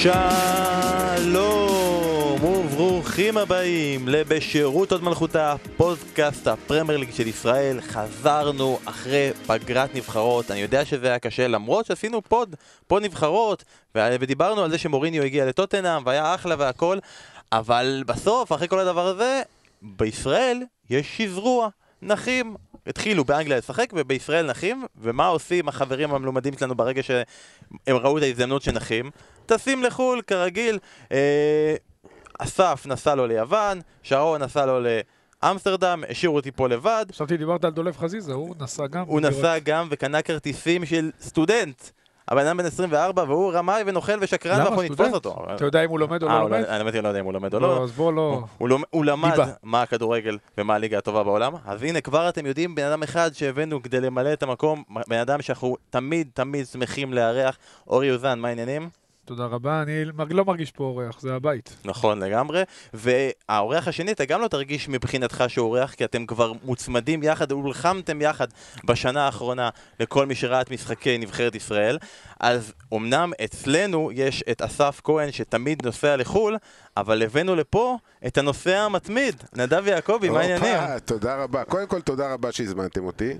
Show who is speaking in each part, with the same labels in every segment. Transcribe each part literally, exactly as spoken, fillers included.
Speaker 1: שלום וברוכים הבאים לבשירות עוד מלכותה, פודקאסט הפרמייר ליג של ישראל. חזרנו אחרי פגרת נבחרות. אני יודע שזה היה קשה למרות שעשינו פוד, פוד נבחרות ודיברנו על זה שמוריניו הגיע לטוטנהאם והיה אחלה והכל, אבל בסוף אחרי כל הדבר הזה בישראל יש שזרוע, נחים. התחילו באנגליה לשחק ובישראל נחים, ומה עושים החברים המלומדים שלנו ברגע שהם ראו את ההזדמנות שנחים? טסים לחול כרגיל. אה, אסף נסע לו ליוון, שרון נסע לו לאמסטרדם, השאירו אותי פה לבד.
Speaker 2: חשבתי דיברת על דולב חזיזה, הוא נסע גם.
Speaker 1: הוא נסע גם וקנה כרטיסים של סטודנט. הבן אדם בן עשרים וארבע והוא רמאי ונוכל ושקרן ואנחנו נתפוס אותו.
Speaker 2: אתה יודע אם הוא לומד או לא לומד?
Speaker 1: אני לא יודע אם הוא לומד או לא.
Speaker 2: אז בוא לא...
Speaker 1: הוא למד מה הכדורגל ומה הליגה הטובה בעולם. אז הנה כבר אתם יודעים, בן אדם אחד שהבאנו כדי למלא את המקום, בן אדם שאנחנו תמיד תמיד שמחים לארח. אורי יוזן, מה העניינים?
Speaker 2: תודה רבה, אני לא מרגיש פה אורח, זה הבית.
Speaker 1: נכון לגמרי, והאורח השני אתה גם לא תרגיש מבחינתך שהוא אורח, כי אתם כבר מוצמדים יחד, ולחמתם יחד בשנה האחרונה לכל מי שראה את משחקי נבחרת ישראל. אז אמנם אצלנו יש את אסף כהן שתמיד נוסע לחול, אבל הבאנו לפה את הנושא המתמיד, נדב יעקבי, מה העניינים?
Speaker 3: תודה רבה, קודם כל תודה רבה שהזמנתם אותי,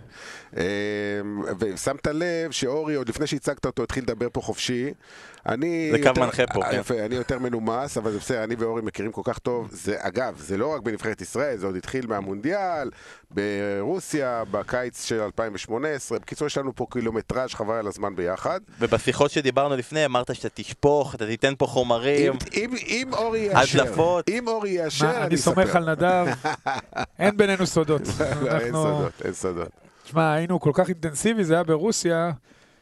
Speaker 3: ושמת לב שאורי עוד לפני שהצגת אותו התחיל לדבר פה חופשי.
Speaker 1: זה קו מנחה פה.
Speaker 3: יפה, אני יותר מנומס, אבל זה בסדר, אני ואורי מכירים כל כך טוב. זה, אגב, זה לא רק בנבחרת ישראל, זה עוד התחיל מהמונדיאל, ברוסיה, בקיץ של אלפיים ושמונה עשרה. בקיצור, יש לנו פה קילומטראז' חבל על הזמן ביחד.
Speaker 1: ובשיחות שדיברנו לפני, אמרת שאתה תשפוך, אתה תיתן פה חומרים.
Speaker 3: אם, אם אורי יאשר,
Speaker 1: הדלפות.
Speaker 3: אם אורי יאשר, אני,
Speaker 2: אני סומך על נדב, אין בינינו סודות.
Speaker 3: לא, אין סודות, אין סודות.
Speaker 2: תשמע, היינו כל כך אינטנסיבי, זה היה ברוסיה,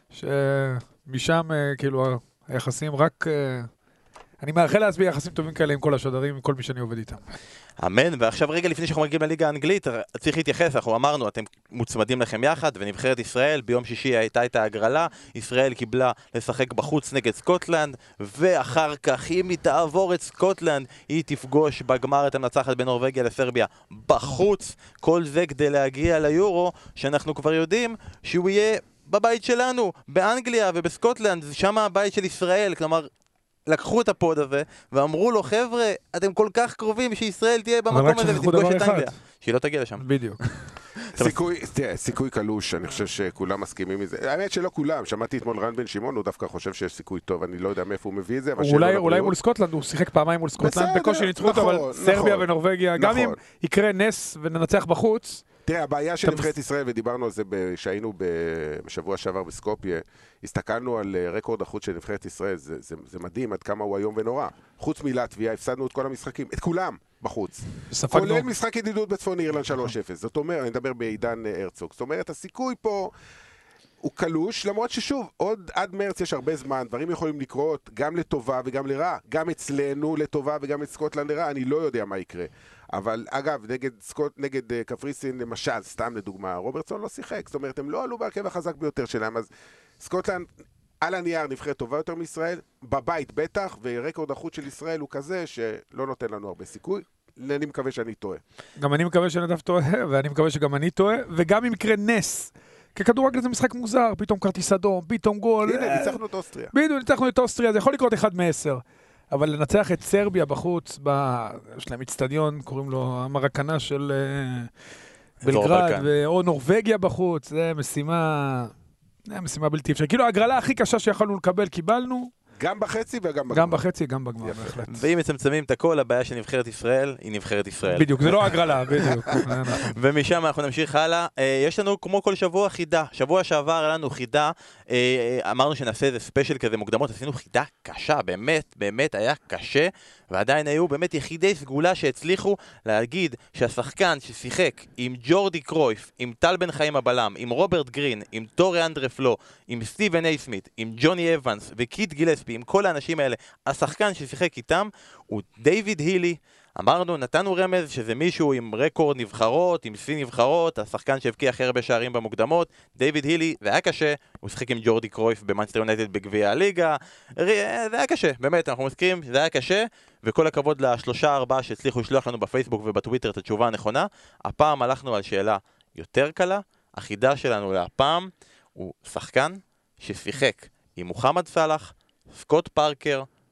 Speaker 2: שמשם כאילו היחסים רק... אני מאחל להצביע יחסים טובים כאלה עם כל השדרים, עם כל מי שאני עובד איתם.
Speaker 1: אמן, ועכשיו רגע לפני שאנחנו מגיעים לליגה האנגלית, צריך להתייחס, אנחנו אמרנו, אתם מוצמדים לכם יחד, ונבחרת ישראל, ביום שישי הייתה את ההגרלה, ישראל קיבלה לשחק בחוץ נגד סקוטלנד, ואחר כך אם היא תעבור את סקוטלנד, היא תפגוש בגמר את המנצחת בין נורווגיה לסרביה בחוץ, כל זה כדי להגיע ליורו, שאנחנו כבר יודעים שהוא יהיה בבית שלנו, באנגליה ובסקוטלנד, שם הבית של ישראל, כלומר, לקחו את הפוד הזה ואמרו לו, חבר'ה, אתם כל כך קרובים שישראל תהיה במקום הזה ותפגוש את אנגליה. שהיא לא תגיע לשם.
Speaker 2: בדיוק.
Speaker 3: סיכוי, תראה, סיכוי קלוש, אני חושב שכולם מסכימים מזה. האמת שלא כולם, שמעתי אתמול רן בן שמעון, הוא דווקא חושב שיש סיכוי טוב, אני לא יודע מאיפה הוא מביא את זה.
Speaker 2: אולי מול סקוטלנד, הוא שיחק פעמיים מול סקוטלנד, בקושי ניצחו אותו, אבל סרביה ונורווגיה, גם אם יקרה נס וננצח בחוץ.
Speaker 3: תראה, הבעיה של נבחרת ישראל, ודיברנו על זה שהיינו בשבוע שעבר בסקופיה, הסתכלנו על רקורד החוץ של נבחרת ישראל, זה, זה, זה מדהים עד כמה הוא היום ונורא. חוץ מלטביה, הפסדנו את כל המשחקים, את כולם בחוץ.
Speaker 2: ספגנו.
Speaker 3: כולל משחק ידידות בצפון אירלנד שלוש אפס. זאת אומרת, אני מדבר בעידן הרצוג. זאת אומרת, הסיכוי פה הוא קלוש, למרות ששוב, עוד עד מרץ יש הרבה זמן, דברים יכולים לקרות גם לטובה וגם לרעה. גם אצלנו לטובה וגם את סקוטלנד לרעה, אני לא יודע מה יקרה. אבל אגב, נגד סקוט, נגד uh, קפריסין למשל, סתם לדוגמה, רוברטסון לא שיחק, זאת אומרת, הם לא עלו בהרכב החזק ביותר שלהם, אז סקוטלנד על הנייר נבחרת טובה יותר מישראל, בבית בטח, ורקורד החוץ של ישראל הוא כזה שלא נותן לנו הרבה סיכוי, אני מקווה שאני טועה.
Speaker 2: גם אני מקווה שנדב טועה, ואני מקווה שגם אני טועה, וגם אם יקרה נס, ככדורגל זה משחק מוזר, פתאום כרטיס אדום, פתאום גול.
Speaker 3: הנה, ניצחנו את אוסטריה.
Speaker 2: בדיוק, ניצחנו את אוסטריה, זה יכול לקרות אחד מעשר. אבל לנצח את סרביה בחוץ, יש להם אצטדיון, קוראים לו המרקנה של בלגרד, או נורווגיה בחוץ, זה משימה, זה משימה בלתי אפשרית. כאילו ההגרלה הכי קשה שיכולנו לקבל, קיבלנו.
Speaker 3: גם בחצי וגם בגמר.
Speaker 2: גם בחצי, גם בגמר, בהחלט.
Speaker 1: ואם מצמצמים את הכל, הבעיה של נבחרת ישראל היא נבחרת ישראל.
Speaker 2: בדיוק, זה לא הגרלה, בדיוק.
Speaker 1: ומשם אנחנו נמשיך הלאה. יש לנו כמו כל שבוע חידה. שבוע שעבר היה לנו חידה, אמרנו שנעשה איזה ספיישל כזה מוקדמות, עשינו חידה קשה, באמת, באמת היה קשה, ועדיין היו באמת יחידי סגולה שהצליחו להגיד שהשחקן ששיחק עם ג'ורדי קרויף, עם טל בן חיים הבלם, עם רוברט גרין, עם טורי אנדרה פלו, עם סטיבן איי סמית, עם ג'וני אבנס וקיט גילספי, עם כל האנשים האלה, השחקן ששיחק איתם הוא דיוויד הילי. אמרנו, נתנו רמז שזה מישהו עם רקורד נבחרות, עם סי נבחרות, השחקן שהבקיע הכי הרבה שערים במוקדמות, דיוויד הילי, זה היה קשה, הוא שחק עם ג'ורדי קרויף במנצ'סטר יונייטד בגביע הליגה, זה היה קשה, באמת, אנחנו מסכימים, זה היה קשה, וכל הכבוד לשלושה ארבעה שהצליחו לשלוח לנו בפייסבוק ובטוויטר את התשובה הנכונה. הפעם הלכנו על שאלה יותר קלה, החידה שלנו להפעם הוא שחקן ששיחק עם מוחמד סלאח, סקוט פארקר,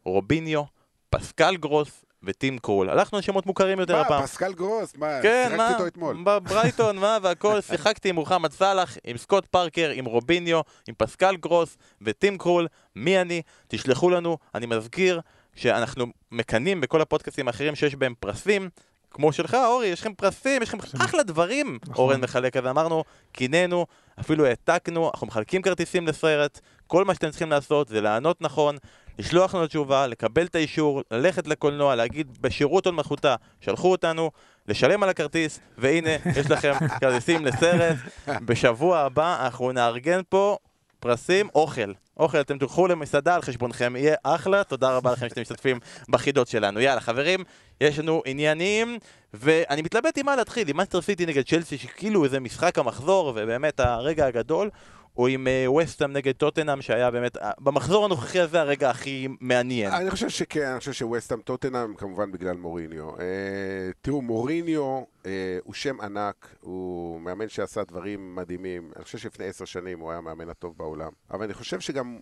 Speaker 1: רוביניו, פסקל גרוס וטים קרול. הלכנו לשמות מוכרים יותר הפעם.
Speaker 3: מה, פסקל גרוס? מה,
Speaker 1: כן,
Speaker 3: שיחקתי אותו אתמול.
Speaker 1: בברייטון, מה, והכל, שיחקתי עם מוחמד סלאח, עם סקוט פארקר, עם רוביניו, עם פסקל גרוס וטים קרול. מי אני? תשלחו לנו. אני מזכיר שאנחנו מקנים בכל הפודקאסטים האחרים שיש בהם פרסים, כמו שלך, אורי, יש לכם פרסים, יש לכם אחלה דברים. אורן מחלק כזה, אמרנו, כיננו, אפילו העתקנו, אנחנו מחלקים כרטיסים לסרט, כל מה שאתם צריכים לעשות זה לענות נכון, לשלוח לנו תשובה, לקבל את האישור, ללכת לקולנוע, להגיד בשירות עוד מלכותה, שלחו אותנו, לשלם על הכרטיס, והנה, יש לכם כרטיסים לסרט. בשבוע הבא אנחנו נארגן פה פרסים, אוכל. אוכל, אתם תלכו למסעדה על חשבונכם, יהיה אחלה, תודה רבה לכם שאתם משתתפים בחידות שלנו. יאללה, חברים, יש לנו עניינים, ואני מתלבט עם מה להתחיל, עם מנצ'סטר סיטי נגד צ'לסי, שכאילו איזה משחק המחזור, ובאמת הרגע הגדול, או עם ווסטהאם נגד טוטנהאם, שהיה באמת, במחזור הנוכחי הזה הרגע הכי מעניין.
Speaker 3: אני חושב שכן, אני חושב שווסטהאם טוטנהאם, כמובן בגלל מוריניו. תראו, מוריניו הוא שם ענק, הוא מאמן שעשה דברים מדהימים. אני חושב שלפני עשר שנים הוא היה המאמן הטוב בעולם. אבל אני חושב שגם,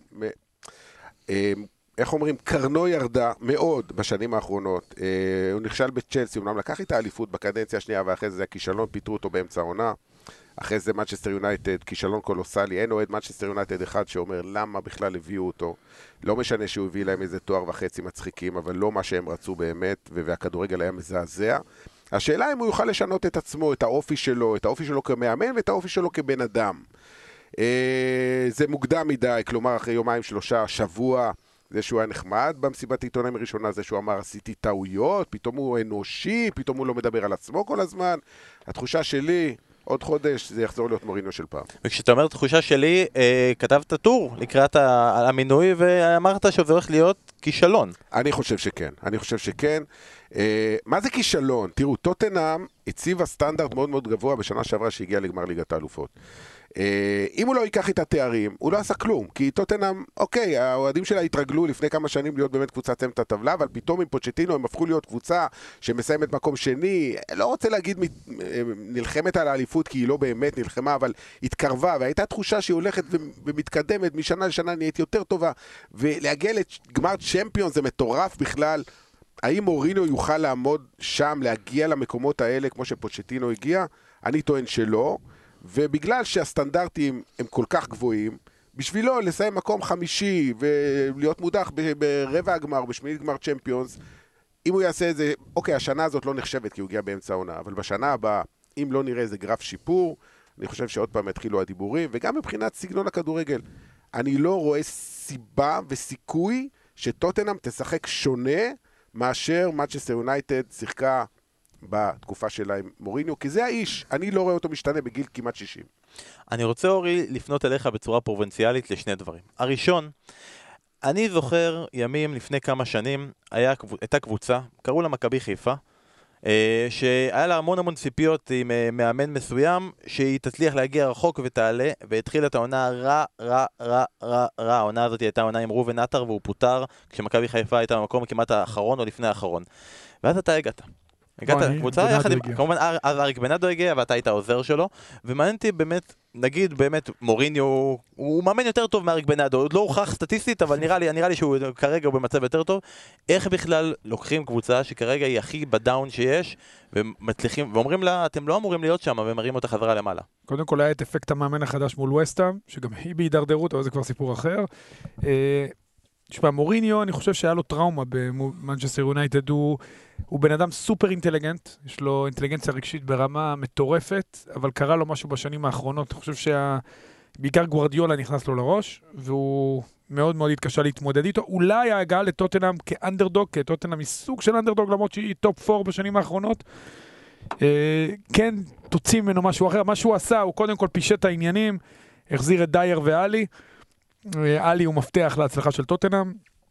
Speaker 3: איך אומרים, קרנו ירדה מאוד בשנים האחרונות. הוא נכשל בצ'לסי, הוא לקח את האליפות בקדנציה השנייה, ואחרי זה הכישלון, פיטרו אותו באמצע העונה. אחרי זה מנצ'סטר יונייטד, כישלון קולוסלי, אין אוהד מנצ'סטר יונייטד אחד שאומר למה בכלל הביאו אותו. לא משנה שהוא הביא להם איזה תואר וחצי מצחיקים, אבל לא מה שהם רצו באמת, והכדורגל היה מזעזע. השאלה אם הוא יוכל לשנות את עצמו, את האופי שלו, את האופי שלו כמאמן ואת האופי שלו כבן אדם. זה מוקדם מדי, כלומר אחרי יומיים שלושה, שבוע, זה שהוא היה נחמד במסיבת עיתונאים הראשונה, זה שהוא אמר עשיתי טעויות, פתאום הוא אנושי, פתאום הוא לא מדבר על עצמו כל הזמן. התחושה שלי... עוד חודש זה יחזור להיות מוריניו של פעם.
Speaker 1: וכשאתה אומר תחושה שלי, אה, כתבת טור לקראת המינוי ואמרת שזה הולך להיות כישלון.
Speaker 3: אני חושב שכן, אני חושב שכן. אה, מה זה כישלון? תראו, טוטנהאם הציבה סטנדרט מאוד מאוד גבוה בשנה שעברה שהגיעה לגמר ליגת האלופות. אם הוא לא ייקח את התארים, הוא לא עשה כלום, כי טוטנהאם, אוקיי, האוהדים שלה התרגלו לפני כמה שנים להיות באמת קבוצת צמד הטבלה, אבל פתאום עם פוצ'טינו הם הפכו להיות קבוצה שמסיימת מקום שני, לא רוצה להגיד נלחמת על האליפות, כי היא לא באמת נלחמה, אבל התקרבה, והייתה תחושה שהיא הולכת ומתקדמת משנה לשנה, נהיית יותר טובה, ולהגיע לגמר צ'מפיון זה מטורף בכלל. האם מוריניו יוכל לעמוד שם, להגיע למקומות האלה כמו שפוצ'טינו הגיע? אני טוען שלא. ובגלל שהסטנדרטים הם כל כך גבוהים, בשבילו לסיים מקום חמישי ולהיות מודח ברבע הגמר, בשמינית גמר צ'מפיונס, אם הוא יעשה את זה, אוקיי, השנה הזאת לא נחשבת כי הוא הגיע באמצע העונה, אבל בשנה הבאה, אם לא נראה איזה גרף שיפור, אני חושב שעוד פעם התחילו הדיבורים, וגם מבחינת סגנון הכדורגל, אני לא רואה סיבה וסיכוי שטוטנהאם תשחק שונה מאשר מנצ'סטר יונייטד שיחקה בתקופה שלה עם מוריניו, כי זה האיש, אני לא רואה אותו משתנה בגיל כמעט שישים.
Speaker 1: אני רוצה, אורי, לפנות אליך בצורה פרובינציאלית לשני דברים. הראשון, אני זוכר ימים לפני כמה שנים, היה, הייתה קבוצה, קראו לה מכבי חיפה, שהיה לה המון המון ציפיות עם מאמן מסוים, שהיא תצליח להגיע רחוק ותעלה, והתחילה את העונה רע, רע, רע, רע, רע. העונה הזאת הייתה עונה עם רובן עטר, והוא פוטר, כשמכבי חיפה הייתה במקום כמעט האחרון או לפני האחרון. ואז אתה הגעת. הגעת לקבוצה יחד עם, כמובן אז אריק בנאדו הגיע ואתה היית העוזר שלו, ומעניינתי באמת, נגיד באמת מוריניו, הוא מאמן יותר טוב מאריק בנאדו, עוד לא הוכח סטטיסטית, אבל נראה לי, נראה לי שהוא כרגע במצב יותר טוב. איך בכלל לוקחים קבוצה שכרגע היא הכי בדאון שיש, ומצליחים, ואומרים לה, אתם לא אמורים להיות שם, ומראים אותה חזרה למעלה?
Speaker 2: קודם כל היה את אפקט המאמן החדש מול ווסטהאם, שגם היא בהידרדרות, אבל זה כבר סיפור אחר. תשמע, מוריניו, אני חושב שהיה לו טראומה במנצ'סטר יונייטד, הוא, הוא בן אדם סופר אינטליגנט, יש לו אינטליגנציה רגשית ברמה מטורפת, אבל קרה לו משהו בשנים האחרונות, אני חושב שבעיקר גוארדיולה נכנס לו לראש, והוא מאוד מאוד התקשה להתמודד איתו, אולי ההגעה לטוטנהאם כאנדרדוג, כי טוטנהאם היא סוג של אנדרדוג, למרות שהיא טופ ארבע בשנים האחרונות, אה, כן, תוציא ממנו משהו אחר, מה שהוא עשה, הוא קודם כל פישט העניינים, החזיר את דייר ואלי, אלי הוא מפתח להצלחה של טוטנהאם,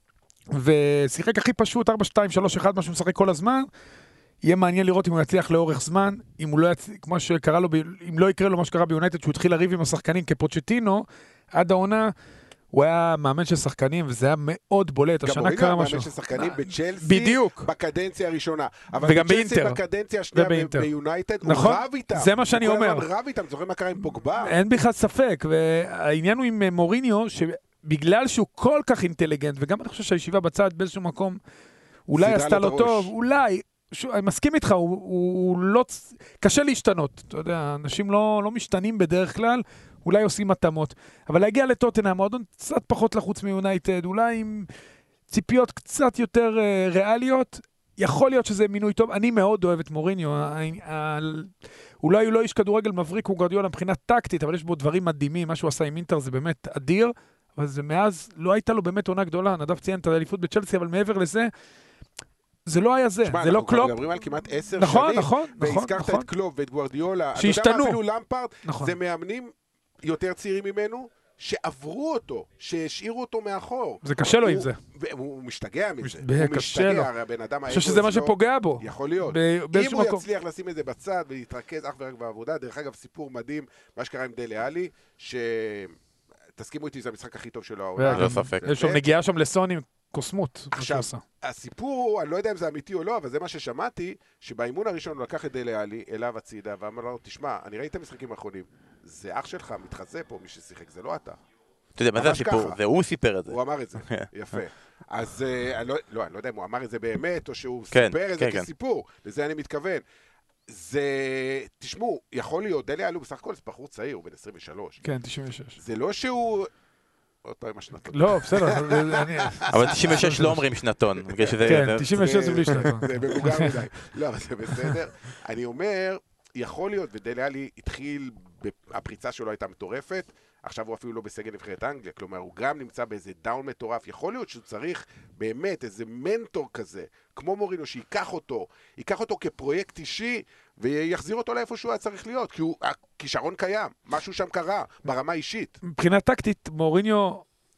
Speaker 2: ושיחק הכי פשוט, ארבע שתיים שלוש אחת, מה שהוא משחק כל הזמן, יהיה מעניין לראות אם הוא יצליח לאורך זמן, אם הוא לא יצליח, כמו שקרה לו, אם לא יקרה לו מה שקרה ביונייטד, שהוא התחיל לריב עם השחקנים כפוצ'טינו, עד העונה, הוא היה מאמן של שחקנים, וזה היה מאוד בולט, השנה קרה משהו.
Speaker 3: גם מאמן של שחקנים בצ'לסי,
Speaker 2: בדיוק.
Speaker 3: בקדנציה הראשונה.
Speaker 2: וגם באינטר.
Speaker 3: אבל בצ'לסי בקדנציה השנייה ביונייטד, הוא רב איתם.
Speaker 2: זה מה שאני אומר.
Speaker 3: הוא רב איתם, זוכרים מה קרה עם פוגבה?
Speaker 2: אין בכלל ספק, והעניין הוא עם מוריניו, בגלל שהוא כל כך אינטליגנט, וגם אני חושב שהישיבה בצד באיזשהו מקום, אולי עשתה לו טוב, אולי, אני מסכים איתך, הוא, הוא, הוא לא, קשה להשתנות, אתה יודע, אנשים לא, לא משתנים בדרך כלל, אולי עושים התאמות, אבל להגיע לטוטנהאם, מועדון קצת פחות לחוץ מיונייטד, אולי עם ציפיות קצת יותר uh, ריאליות, יכול להיות שזה מינוי טוב, אני מאוד אוהב את מוריניו, אולי הוא לא איש כדורגל מבריק, הוא גרדיולה מבחינת טקטית, אבל יש בו דברים מדהימים, מה שהוא עשה עם אינטר זה באמת אדיר, אבל זה מאז לא הייתה לו באמת עונה גדולה, נדב ציין את האליפות בצ'לסי, אבל מעבר לזה, זה לא היה זה,
Speaker 3: שמה,
Speaker 2: זה לא קלופ.
Speaker 3: אנחנו מדברים על כמעט עשר
Speaker 2: נכון,
Speaker 3: שנים,
Speaker 2: נכון,
Speaker 3: והזכרת
Speaker 2: נכון.
Speaker 3: את קלופ ואת גוארדיולה,
Speaker 2: שהשתנו.
Speaker 3: אתה יודע מה, אפילו למפרד,
Speaker 2: נכון.
Speaker 3: זה מאמנים יותר צעירים ממנו, שעברו אותו, שהשאירו אותו מאחור.
Speaker 2: זה קשה לו עם זה.
Speaker 3: הוא משתגע מזה.
Speaker 2: מש...
Speaker 3: הוא משתגע, הרי הבן אדם...
Speaker 2: אני חושב שזה מה שפוגע בו.
Speaker 3: יכול להיות. אם הוא יצליח לשים את זה בצד ולהתרכז אך ורק בעבודה, דרך אגב, סיפור מדהים, מה שקרה עם דלה עלי, שתסכימו איתי, זה המשחק הכי טוב שלו העונה.
Speaker 1: לא ספק.
Speaker 2: יש לו נגיעה שם לסונים קוסמות.
Speaker 3: עכשיו, הסיפור, אני לא יודע אם זה אמיתי או לא, אבל זה מה ששמעתי, שבאימון הראשון הוא לקח את דלה עלי אליו הצידה, ואמר לו, תשמע, אני ראיתי את המשחקים האחרונים, זה אח שלך, מתחזה פה, מי ששיחק, זה לא אתה.
Speaker 1: אתה יודע, מה זה הסיפור? זה הוא סיפר את זה.
Speaker 3: הוא אמר את זה, יפה. אז אני לא יודע אם הוא אמר את זה באמת, או שהוא סיפר את זה כסיפור, לזה אני מתכוון. זה, תשמעו, יכול להיות, דלה עלי בסך הכל זה בחור צעיר, הוא בן עשרים ושלוש.
Speaker 2: כן, תשעים ושש.
Speaker 3: זה לא שהוא... עוד פעם השנתון.
Speaker 2: לא, בסדר.
Speaker 1: אבל תשעים ושש לא אומרים שנתון.
Speaker 2: כן, תשעים ושש זה בלי שנתון.
Speaker 3: זה מבוגר מדי. לא, אבל זה בסדר. אני אומר, יכול להיות, ודלה עלי התחיל, הפריצה שלו הייתה מטורפת, עכשיו הוא אפילו לא בסגל נבחרת אנגליה, כלומר הוא גם נמצא באיזה דאון מטורף, יכול להיות שהוא צריך באמת איזה מנטור כזה, כמו מורינו, שיקח אותו, ייקח אותו כפרויקט אישי, ויחזיר אותו לאיפה שהוא היה צריך להיות, כי הוא, הכישרון קיים, משהו שם קרה, ברמה אישית.
Speaker 2: מבחינה טקטית, מוריניו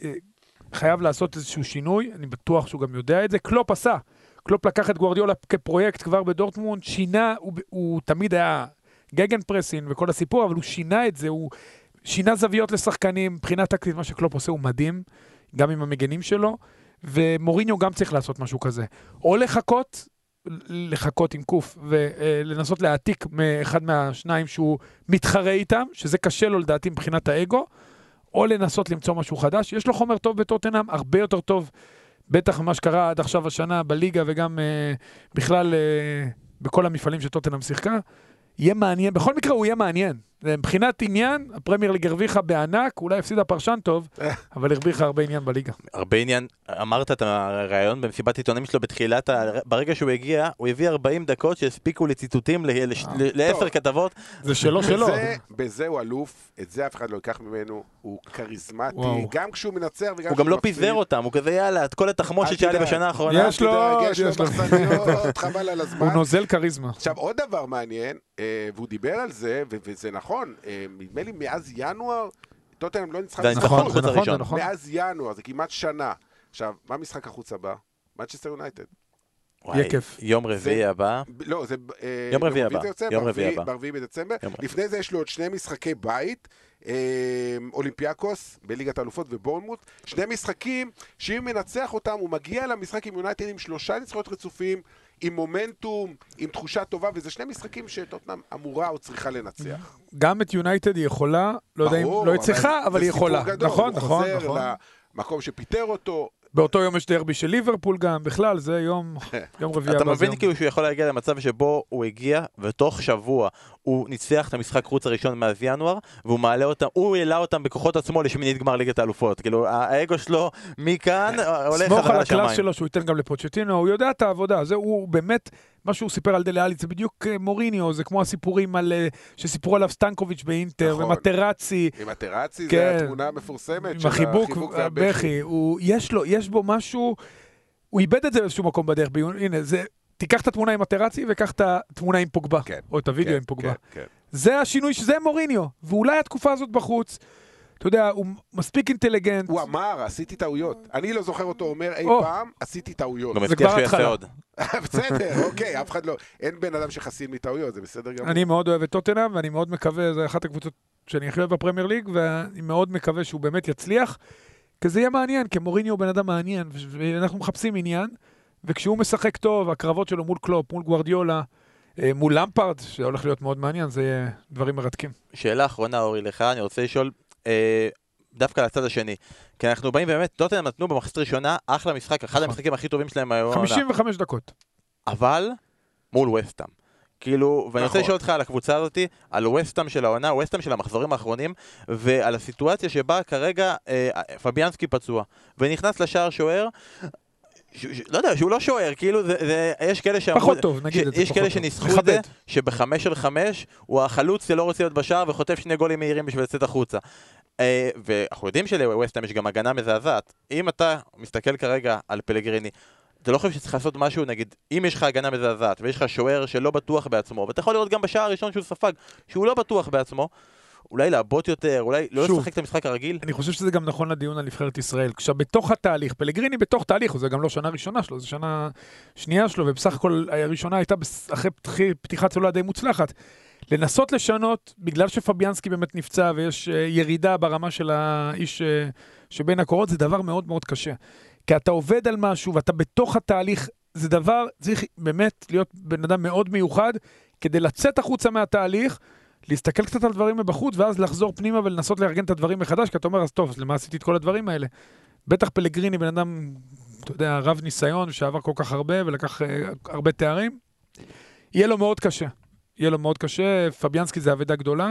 Speaker 2: חייב לעשות איזשהו שינוי, אני בטוח שהוא גם יודע את זה, קלופ עשה, קלופ לקח את גוארדיולה כפרויקט כבר בדורטמונד, שינה, הוא, הוא תמיד היה גגן פרסין וכל הסיפור, אבל הוא שינה את זה, הוא שינה זוויות לשחקנים, מבחינה טקטית, מה שקלופ עושה הוא מדהים, גם עם המגנים שלו, ומוריניו גם צריך לעשות משהו כזה. או לחכות, לחכות עם קוף, ולנסות להעתיק מאחד מהשניים שהוא מתחרה איתם, שזה קשה לו לדעתי מבחינת האגו, או לנסות למצוא משהו חדש. יש לו חומר טוב בטוטנהאם, הרבה יותר טוב, בטח מה שקרה עד עכשיו השנה בליגה, וגם uh, בכלל uh, בכל המפעלים שטוטנהאם שיחקה. יהיה מעניין, בכל מקרה הוא יהיה מעניין. מבחינת עניין, הפרמייר ליג הרוויחה בענק, אולי הפסידה פרשן טוב, אבל הרוויחה הרבה עניין בליגה.
Speaker 1: הרבה עניין, אמרת את הרעיון במסיבת עיתונאים שלו בתחילת, ברגע שהוא הגיע, הוא הביא ארבעים דקות שהספיקו לציטוטים לעשר כתבות.
Speaker 2: זה שלו שלו.
Speaker 3: בזה הוא אלוף, את זה אף אחד לא ייקח ממנו, הוא כריזמטי, גם כשהוא מנצח וגם
Speaker 1: הוא גם לא פיזר אותם, הוא כזה יאללה, את כל התחמושת שהיה לי בשנה האחרונה.
Speaker 2: יש לו,
Speaker 3: יש לו מחסניות, חבל על הזמן.
Speaker 2: הוא נוזל כריזמה.
Speaker 3: עכשיו עוד דבר מעניין, והוא דיבר על זה, וזה נכון, נדמה לי מאז ינואר, טוטנהאם לא ניצחה
Speaker 1: משחק החוץ הראשון.
Speaker 3: מאז ינואר, זה כמעט שנה. עכשיו, מה המשחק החוץ הבא? מנצ'סטר יונייטד.
Speaker 2: יקף.
Speaker 1: יום רביעי הבא.
Speaker 3: לא, זה...
Speaker 1: יום רביעי הבא. יום רביעי הבא.
Speaker 3: ברביעי בדצמבר. לפני זה יש לו עוד שני משחקי בית, אולימפיאקוס בליגת האלופות ובורנמוט, שני משחקים שאם מנצח אותם, הוא מגיע למשחק עם יונייטד עם שלושה ניצחונות רצופים, עם מומנטום, עם תחושה טובה, וזה שני משחקים שטוטנהאם אמורה או צריכה לנצח.
Speaker 2: גם את יונייטד היא יכולה, לא יודע אם לא צריכה, אבל היא יכולה. נכון, נכון, נכון.
Speaker 3: הוא חוזר למקום שפיטר אותו.
Speaker 2: באותו יום יש דרבי של ליברפול גם, בכלל זה יום רביעי הבא.
Speaker 1: אתה מבין כאילו שהוא יכול להגיע למצב שבו הוא הגיע, ותוך שבוע הוא ניצח את המשחק חוץ הראשון מאז ינואר, והוא מעלה אותם, הוא העלה אותם בכוחות עצמו לשמינית גמר ליגת האלופות. כאילו, האגו שלו מכאן הולך
Speaker 2: סמוך על הקלאס שלו שהוא ייתן גם לפוצ'טינו, הוא יודע את העבודה, זה הוא באמת, מה שהוא סיפר על דלה עלי, זה בדיוק מוריניו, זה כמו הסיפורים על, שסיפרו עליו סטנקוביץ' באינטר, ומטרצי.
Speaker 3: עם מטרצי, זה התמונה המפורסמת של החיבוק
Speaker 2: והבכי. יש לו, יש בו משהו, הוא איבד את זה באיזשהו מקום בדרך, הנה, זה, תיקח את התמונה עם מטרצי, וקח את התמונה עם פוגבה, או את הוידאו עם פוגבה. זה השינוי, שזה מוריניו, ואולי התקופה הזאת בחוץ, אתה יודע, הוא מספיק אינטליגנט.
Speaker 3: הוא אמר, עשיתי טעויות. אני לא זוכר אותו אומר אי פעם, עשיתי טעויות.
Speaker 1: הוא מבטיח שהוא יעשה עוד.
Speaker 3: בסדר, אוקיי, אף אחד לא. אין בן אדם שחסין מטעויות, זה בסדר גמור.
Speaker 2: אני מאוד אוהב את טוטנהאם, ואני מאוד מקווה, זו אחת הקבוצות שאני הכי אוהב בפרמייר ליג, ואני מאוד מקווה שהוא באמת יצליח, כי זה יהיה מעניין, כי מוריניו הוא בן אדם מעניין, ואנחנו מחפשים עניין, וכשהוא משחק טוב, הקרבות שלו מול קלופ, מול גוארדיולה, מול למפרד, שהולך להיות מאוד מעניין, זה יהיה דברים מרתקים.
Speaker 1: שאלה אחרונה, אורי, לך, אני רוצה לשאול, אה, דווקא לצד השני. כי אנחנו באים באמת, טוטנהאם נתנו במחצית ראשונה אחלה משחק, אחד המשחקים הכי טובים שלהם היום.
Speaker 2: חמישים וחמש דקות.
Speaker 1: אבל מול וסטהאם. כאילו, ואני רוצה לשאול אותך על הקבוצה הזאת, על וסטהאם של העונה, וסטהאם של המחזורים האחרונים, ועל הסיטואציה שבה כרגע אה, פביאנסקי פצוע, ונכנס לשער שוער, ש, ש, לא יודע, שהוא לא שוער, כאילו, זה, זה, יש כאלה שאמרו,
Speaker 2: פחות טוב, נגיד את זה,
Speaker 1: יש כאלה שניסחו את זה, שבחמש של חמש, הוא החלוץ שלא רוצה להיות בשער, וחוטף שני גולים מהירים בשביל לצאת החוצה. אה, ואנחנו יודעים שלווסטהאם יש גם הגנה מזעזעת. אם אתה מסתכל כרגע על פלגריני, אתה לא חושב שצריך לעשות משהו, נגיד, אם יש לך הגנה מזעזעת, ויש לך שוער שלא בטוח בעצמו, ואתה יכול לראות גם בשער הראשון שהוא ספג, שהוא לא בטוח בעצמו, אולי לעבוד יותר, אולי לא לשחק את המשחק הרגיל.
Speaker 2: אני חושב שזה גם נכון לדיון על נבחרת ישראל. כשבתוך התהליך, פלגריני בתוך תהליך, זה גם לא שנה ראשונה שלו, זה שנה שנייה שלו, ובסך הכל הראשונה הייתה אחרי פתיחת צוללה די מוצלחת. לנסות לשנות, בגלל שפביאנסקי באמת נפצע, ויש ירידה ברמה של האיש שבין הקורות, זה דבר מאוד מאוד קשה. כי אתה עובד על משהו, ואתה בתוך התהליך, זה דבר, צריך באמת להיות בן אדם מאוד מיוחד, כדי לצאת החוצה מהתהליך, להסתכל קצת על דברים מבחוץ, ואז לחזור פנימה ולנסות לארגן את הדברים מחדש, כי אתה אומר, אז טוב, אז למה עשיתי את כל הדברים האלה? בטח פלגריני, בן אדם, אתה יודע, רב ניסיון, שעבר כל כך הרבה, ולקח uh, הרבה תארים, יהיה לו מאוד קשה. יהיה לו מאוד קשה, פביאנסקי זה עבודה גדולה,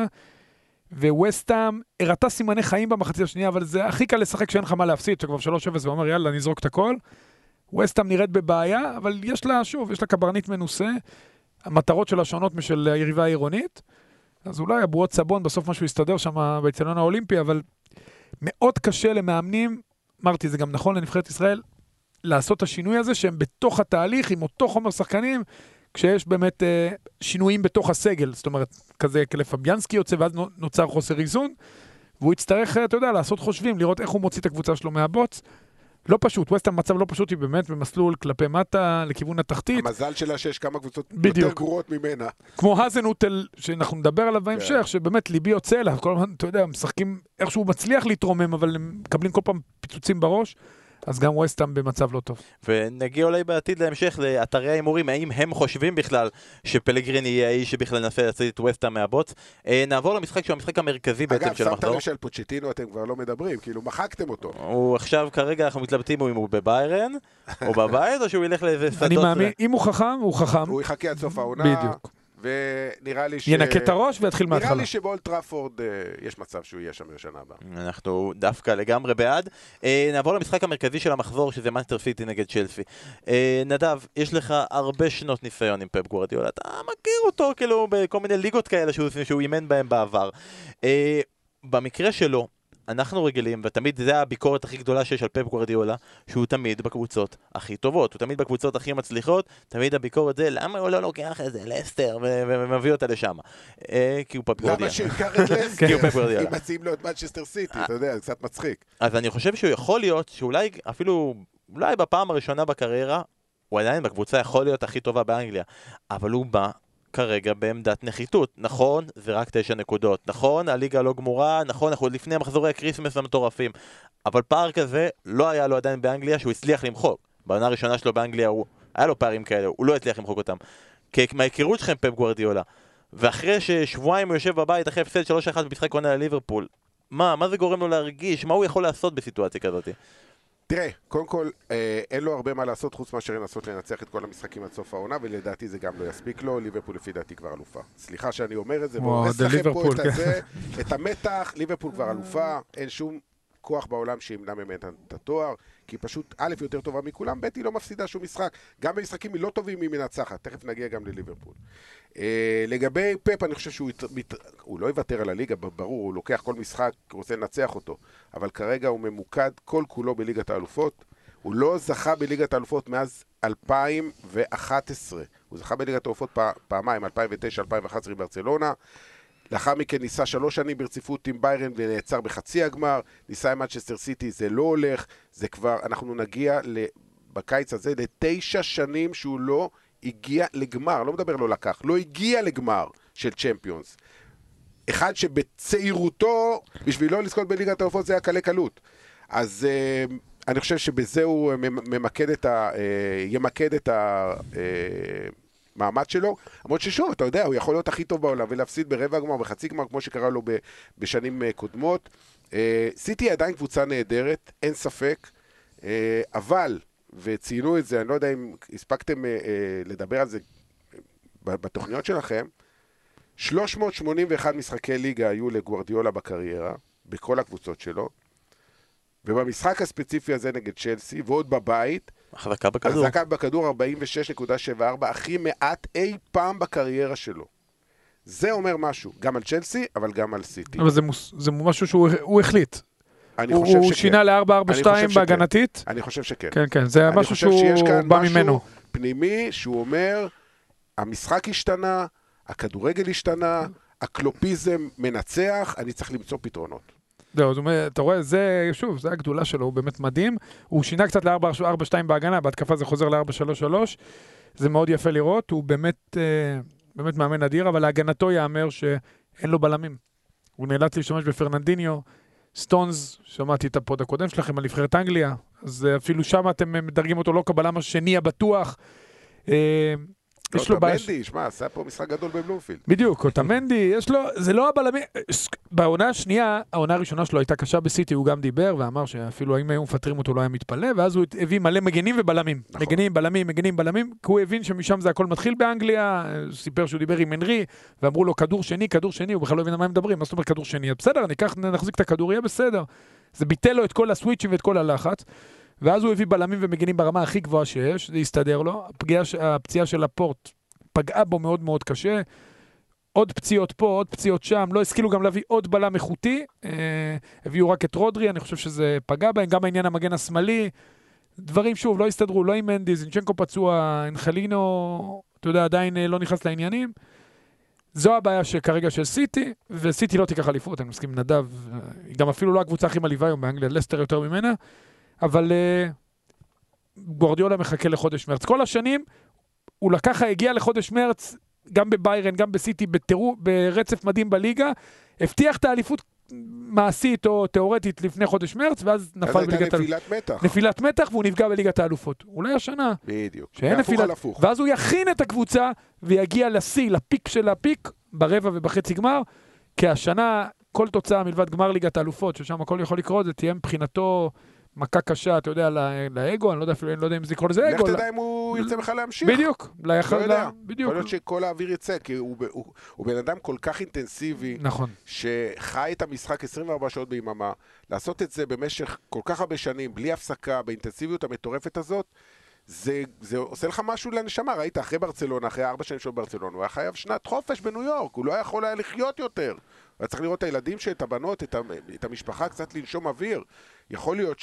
Speaker 2: וווסטהאם הראתה סימני חיים במחצית השנייה, אבל זה הכי קל לשחק שאין לך מה להפסיד, שכבר שלוש אפס ואומר, יאללה, נזרוק את הכל. ווסטהאם נראית בבעיה, אבל יש לה, שוב, יש לה קברניט מנוסה, המטרות שלה שונות משל היריבה העירונית, אז אולי אבועות סבון בסוף משהו יסתדר שם באצטדיון האולימפי, אבל מאוד קשה למאמנים, אמרתי, זה גם נכון לנבחרת ישראל, לעשות את השינוי הזה, שהם בתוך התהליך, עם אותו חומר שחקנים, כשיש באמת אה, שינויים בתוך הסגל, זאת אומרת, כזה כלפביאנסקי יוצא, ואז נוצר חוסר איזון, והוא יצטרך, אתה יודע, לעשות חושבים, לראות איך הוא מוציא את הקבוצה שלו מהבוץ, לא פשוט, ווסטהאם מצב לא פשוט, היא באמת במסלול כלפי מטה, לכיוון התחתית.
Speaker 3: המזל שלה שיש כמה קבוצות
Speaker 2: בדיוק.
Speaker 3: יותר גרועות ממנה.
Speaker 2: כמו הזנוטל, שאנחנו נדבר עליו בהמשך, yeah. שבאמת ליבי יוצא אליו, כל הזמן, אתה יודע, משחקים איכשהו מצליח להתרומם, אבל הם מקבלים כל פעם פיצוצים בראש, אז גם ווסטהאם במצב לא טוב.
Speaker 1: ונגיע אולי בעתיד להמשך לאתרי האימורים, האם הם חושבים בכלל שפלגריני יהיה האיש שבכלל ננסה לצאת את ווסטהאם מהבוץ. אה, נעבור למשחק שהוא המשחק המרכזי בעצם של המחזור.
Speaker 3: אגב, שמת לב של פוצ'טינו אתם כבר לא מדברים, כאילו מחקתם אותו.
Speaker 1: הוא עכשיו כרגע אנחנו מתלבטים אם הוא בביירן, או בבית, או שהוא ילך לאיזה שדות.
Speaker 2: אני מאמין, אם הוא חכם, הוא חכם.
Speaker 3: הוא יחכה עד סוף העונה.
Speaker 2: בדיוק.
Speaker 3: ונראה לי ש...
Speaker 2: ינקה את הראש ויתחיל מההתחלה.
Speaker 3: נראה לי שבאולד טראפורד יש מצב שהוא יהיה שם בשנה הבאה.
Speaker 1: אנחנו דווקא לגמרי בעד. נעבור למשחק המרכזי של המחזור, שזה מנצ'סטר סיטי נגד צ'לסי. נדב, יש לך הרבה שנות ניסיון עם פפ גוארדיולה. אתה מכיר אותו כאילו בכל מיני ליגות כאלה שהוא אימן בהם בעבר. במקרה שלו, אנחנו רגילים, ותמיד זה הביקורת הכי גדולה שיש על פפ גוארדיולה, שהוא תמיד בקבוצות הכי טובות, הוא תמיד בקבוצות הכי מצליחות, תמיד הביקורת זה, למה הוא לא לוקח את זה, לסטר, ומביא אותה לשם. כי הוא פפ גוארדיולה.
Speaker 3: למה שיקח את לסטר? אם מציעים לו את מנצ'סטר סיטי, אתה יודע, זה קצת מצחיק.
Speaker 1: אז אני חושב שהוא יכול להיות, שאולי אפילו, אולי בפעם הראשונה בקריירה, הוא עדיין בקבוצה יכול להיות הכי טובה באנגליה, אבל הוא בא כרגע בעמדת נחיתות. נכון, זה רק תשע נקודות. נכון, הליגה לא גמורה. נכון, אנחנו לפני מחזורי הקריסמס המטורפים. אבל פער כזה לא היה לו עדיין באנגליה שהוא הצליח למחוק. בעונה הראשונה שלו באנגליה הוא, היה לו פערים כאלה, הוא לא הצליח למחוק אותם. כי מההיכרות שלכם פפ גוארדיולה, ואחרי ששבועיים הוא יושב בבית אחרי הפסד שלוש אחת במשחק עונה לליברפול, מה, מה זה גורם לו להרגיש? מה הוא יכול לעשות בסיטואציה כזאת?
Speaker 3: תראה, קודם כל, אה, אין לו הרבה מה לעשות חוץ מאשר לנסות לנצח את כל המשחקים עד סוף העונה, ולדעתי זה גם לא יספיק לו, ליברפול לפי דעתי כבר אלופה. סליחה שאני אומר את זה, והורס לכם פה את הזה, את המתח, ליברפול כבר אלופה, אין שום כוח בעולם שימנע ממנה את התואר, כי היא פשוט א' יותר טובה מכולם, ב' היא לא מפסידה שום משחק, גם במשחקים היא לא טובים היא מנצחת, תכף נגיע גם לליברפול. אה, לגבי פפ, אני חושב שהוא מת... הוא לא יוותר על הליגה, ברור, הוא לוקח כל משחק, הוא רוצה לנצח אותו, אבל כרגע הוא ממוקד כל כולו בליגת האלופות, הוא לא זכה בליגת האלופות מאז אלפיים ואחת עשרה, הוא זכה בליגת האלופות פע... פעמיים, אלפיים ותשע אלפיים ואחת עשרה ברצלונה, לאחר מכן ניסה שלוש שנים ברציפות עם ביירן ונעצר בחצי הגמר, ניסה עם מנצ'סטר סיטי, זה לא הולך, זה כבר, אנחנו נגיע בקיץ הזה לתשע שנים שהוא לא הגיע לגמר, לא מדבר לא לקח, לא הגיע לגמר של צ'מפיונס. אחד שבצעירותו, בשביל לא לזכות בליגת האלופות זה היה קלה קלות. אז uh, אני חושב שבזה הוא ממקד את ה... Uh, ימקד את ה... Uh, מעמד שלו, למרות ששוב, אתה יודע, הוא יכול להיות הכי טוב בעולם ולהפסיד ברבע גמר, בחצי גמר, כמו שקרה לו בשנים קודמות. סיטי עדיין קבוצה נהדרת, אין ספק, אבל, וציינו את זה, אני לא יודע אם הספקתם לדבר על זה בתוכניות שלכם, שלוש מאות שמונים ואחד משחקי ליגה היו לגוארדיולה בקריירה, בכל הקבוצות שלו, ובמשחק הספציפי הזה נגד צ'לסי, ועוד בבית,
Speaker 1: החזקה בכדור.
Speaker 3: החזקה בכדור ארבעים ושש נקודה שבעים וארבע, הכי מעט אי פעם בקריירה שלו. זה אומר משהו, גם על צ'לסי, אבל גם על סיטי.
Speaker 2: אבל זה, מוס, זה משהו שהוא החליט.
Speaker 3: אני
Speaker 2: הוא,
Speaker 3: חושב
Speaker 2: הוא
Speaker 3: שכן.
Speaker 2: שינה ל-ארבע ארבע שתיים בהגנתית.
Speaker 3: אני חושב שכן.
Speaker 2: כן, כן, זה משהו שהוא בא ממנו.
Speaker 3: אני חושב שיש כאן משהו פנימי שהוא אומר, המשחק השתנה, הכדורגל השתנה, הקלופיזם מנצח, אני צריך למצוא פתרונות.
Speaker 2: זהו, אתה רואה, זה, שוב, זה הגדולה שלו, הוא באמת מדהים. הוא שינה קצת ל-ארבע ארבע שתיים בהגנה, בהתקפה זה חוזר ל-ארבע שלוש שלוש. זה מאוד יפה לראות, הוא באמת, באמת מאמן אדיר, אבל להגנתו יאמר שאין לו בלמים. הוא נאלץ להשתמש בפרננדיניו, סטונס, שמעתי את הפוד הקודם שלכם על נבחרת אנגליה, אז אפילו שם אתם מדרגים אותו לא כבלם השני הבטוח.
Speaker 3: יש לו בעיה... מנדי, שמע, עשה פה משחק גדול בבלומפילד.
Speaker 2: בדיוק, אותה מנדי, יש לו, זה לא הבלמים, בעונה השנייה, העונה הראשונה שלו הייתה קשה בסיטי, הוא גם דיבר ואמר שאפילו אם היו מפטרים אותו לא היה מתפלא, ואז הוא הביא מלא מגנים ובלמים. נכון. מגנים, בלמים, מגנים, בלמים, כי הוא הבין שמשם זה הכל מתחיל באנגליה, סיפר שהוא דיבר עם הנרי, ואמרו לו כדור שני, כדור שני, הוא בכלל לא הבין על מה הם מדברים, מה זאת אומרת כדור שני? בסדר, ניקח, נחזיק את הכדור, יהיה בסדר. זה ביטל לו את כל הסוויצ'ים ואת כל הלחץ. ואז הוא הביא בלמים ומגנים ברמה הכי גבוהה שיש, זה יסתדר לו. הפגיעה, הפציעה של הפורט פגעה בו מאוד מאוד קשה. עוד פציעות פה, עוד פציעות שם, לא השכילו גם להביא עוד בלם איכותי. אה, הביאו רק את רודרי, אני חושב שזה פגע בהם, גם העניין המגן השמאלי. דברים שוב, לא הסתדרו, לא עם מנדי, זינצ'נקו פצוע, אנחלינו, אתה יודע, עדיין לא נכנס לעניינים. זו הבעיה שכרגע של סיטי, וסיטי לא תיקח אליפות, אני מסכים עם נדב, גם אפילו לא הקבוצה הכי מלאיבה היום באנגליה, לסטר יותר ממנה. אבל uh, גוארדיולה מחכה לחודש מרץ. כל השנים הוא לקח, הגיע לחודש מרץ, גם בביירן, גם בסיטי, בתירו, ברצף מדהים בליגה, הבטיח את האליפות מעשית או תיאורטית לפני חודש מרץ, ואז נפל בליגת האלופות.
Speaker 3: נפילת מתח.
Speaker 2: נפילת מתח, והוא נפגע בליגת האלופות. אולי השנה.
Speaker 3: בדיוק.
Speaker 2: שאין נפילת. ואז הוא יכין את הקבוצה, ויגיע לשיא, לפיק של הפיק, ברבע ובחצי גמר, כי השנה, כל תוצאה מלבד גמר ליגת האלופות, ששם הכל יכול לקרות, זה תהיה מבחינתו מכה קשה, אתה יודע, לאגו, אני לא יודע אפילו, אני לא יודע אם זה יקרוא לזה אגו.
Speaker 3: לך תדע אם הוא ירצה בכלל להמשיך.
Speaker 2: בדיוק. לא יודע.
Speaker 3: יכול להיות שכל האוויר יצא, כי הוא בן אדם כל כך אינטנסיבי, שחי את המשחק עשרים וארבע שעות ביממה, לעשות את זה במשך כל כך הרבה שנים, בלי הפסקה, באינטנסיביות המטורפת הזאת, זה, זה עושה לך משהו לנשמה. ראית, אחרי ברצלונה, אחרי ארבע שנים של ברצלונה, הוא היה חייב שנת חופש בניו יורק, הוא לא יכול היה לחיות יותר. הוא צריך לראות את הילדים שאת הבנות, את, את המשפחה, קצת לנשום אוויר. יכול להיות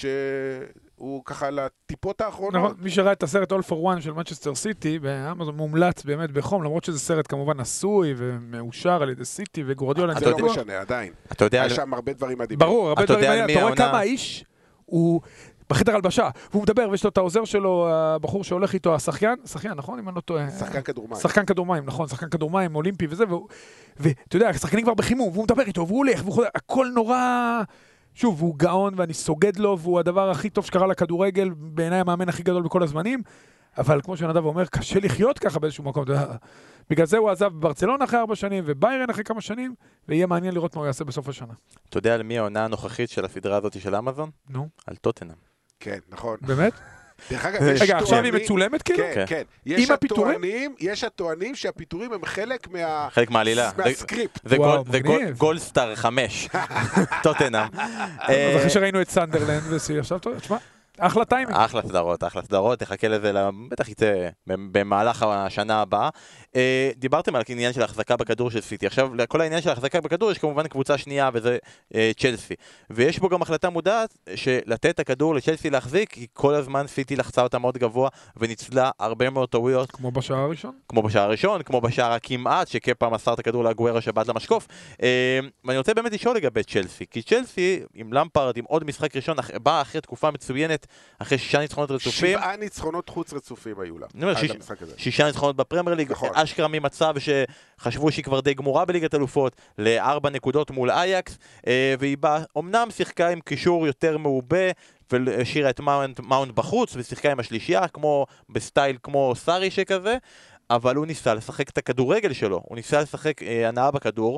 Speaker 3: שהוא ככה לטיפות האחרונות.
Speaker 2: נכון, מי שראה את הסרט All for One של מנצ'סטר סיטי, באמזון מומלץ באמת בחום, למרות שזה סרט כמובן עשוי ומאושר על ידי סיטי וגורדיולה.
Speaker 3: זה לא משנה, עדיין.
Speaker 1: אתה יודע...
Speaker 3: היה שם הרבה דברים מדהימים.
Speaker 2: ברור, הרבה דברים מדהימים. אתה רואה כמה האיש הוא... בחדר הלבשה, והוא מדבר, ויש לו את העוזר שלו, הבחור שהולך איתו, השחקן, שחקן, נכון? אם אני לא טועה.
Speaker 3: שחקן כדור מים.
Speaker 2: שחקן כדור מים, נכון, שחקן כדור מים, אולימפי וזה, ואתה יודע, השחקנים כבר בחימום, והוא מדבר איתו, והוא הולך, והוא חוזר, הכל נורא... שוב, הוא גאון, ואני סוגד לו, והוא הדבר הכי טוב שקרה לכדורגל, בעיניי המאמן הכי גדול בכל הזמנים, אבל כמו שנדב אומר, קשה לחיות ככה באיזשהו מקום. בגלל זה הוא עזב בברצלונה אחרי ארבע שנים, וביירן אחרי כמה שנים, ויהיה מעניין לראות מה הוא יעשה בסוף השנה. אתה
Speaker 1: יודע על מי העונה הנוכחית של הסדרה הזאת של אמזון?
Speaker 2: נו.
Speaker 1: על טוטנהאם.
Speaker 3: כן, נכון.
Speaker 2: באמת?
Speaker 3: דרך אגב, יש
Speaker 2: רגע, עכשיו היא מצולמת כאילו?
Speaker 3: כן, כן. יש הטוענים, יש הטוענים שהפיטורים הם חלק מה...
Speaker 1: חלק מהעלילה.
Speaker 3: מהסקריפט.
Speaker 2: זה
Speaker 1: גולדסטאר חמש. טוטנהאם.
Speaker 2: אז אחרי שראינו את סנדרלנד וסי, עכשיו תשמע. אחלה טיימינג.
Speaker 1: אחלה סדרות, אחלה סדרות, תחכה לזה, בטח יצא במהלך השנה הבאה. דיברתם על העניין של ההחזקה בכדור של סיטי. עכשיו, לכל העניין של ההחזקה בכדור יש כמובן קבוצה שנייה, וזה צ'לסי. ויש פה גם החלטה מודעת שלתת את הכדור לצ'לסי להחזיק, כי כל הזמן סיטי לחצה אותה מאוד גבוה, וניצלה הרבה מאוד טעויות.
Speaker 2: כמו בשער הראשון?
Speaker 1: כמו בשער הראשון, כמו בשער הכמעט, שקפה מסר את הכדור לאגוארו שבאת למשקוף. ואני רוצה באמת לשאול לגבי צ'לסי, כי צ'לסי עם למפרד, עם עוד משחק ראשון, באה אחרי תקופה מצוינת, אחרי שישה ניצחונות רצופים.
Speaker 3: שבעה ניצחונות חוץ רצופים היו לה.
Speaker 1: שיש, שישה ניצחונות בפרמייר ליג, נכון. אשכרה ממצב שחשבו שהיא כבר די גמורה בליגת אלופות, לארבע נקודות מול אייקס, והיא באה, אמנם שיחקה עם קישור יותר מעובה, והשאירה את מאונט, מאונט בחוץ, ושיחקה עם השלישייה, כמו בסטייל כמו סארי שכזה, אבל הוא ניסה לשחק את הכדורגל שלו, הוא ניסה לשחק אה, הנאה בכדור,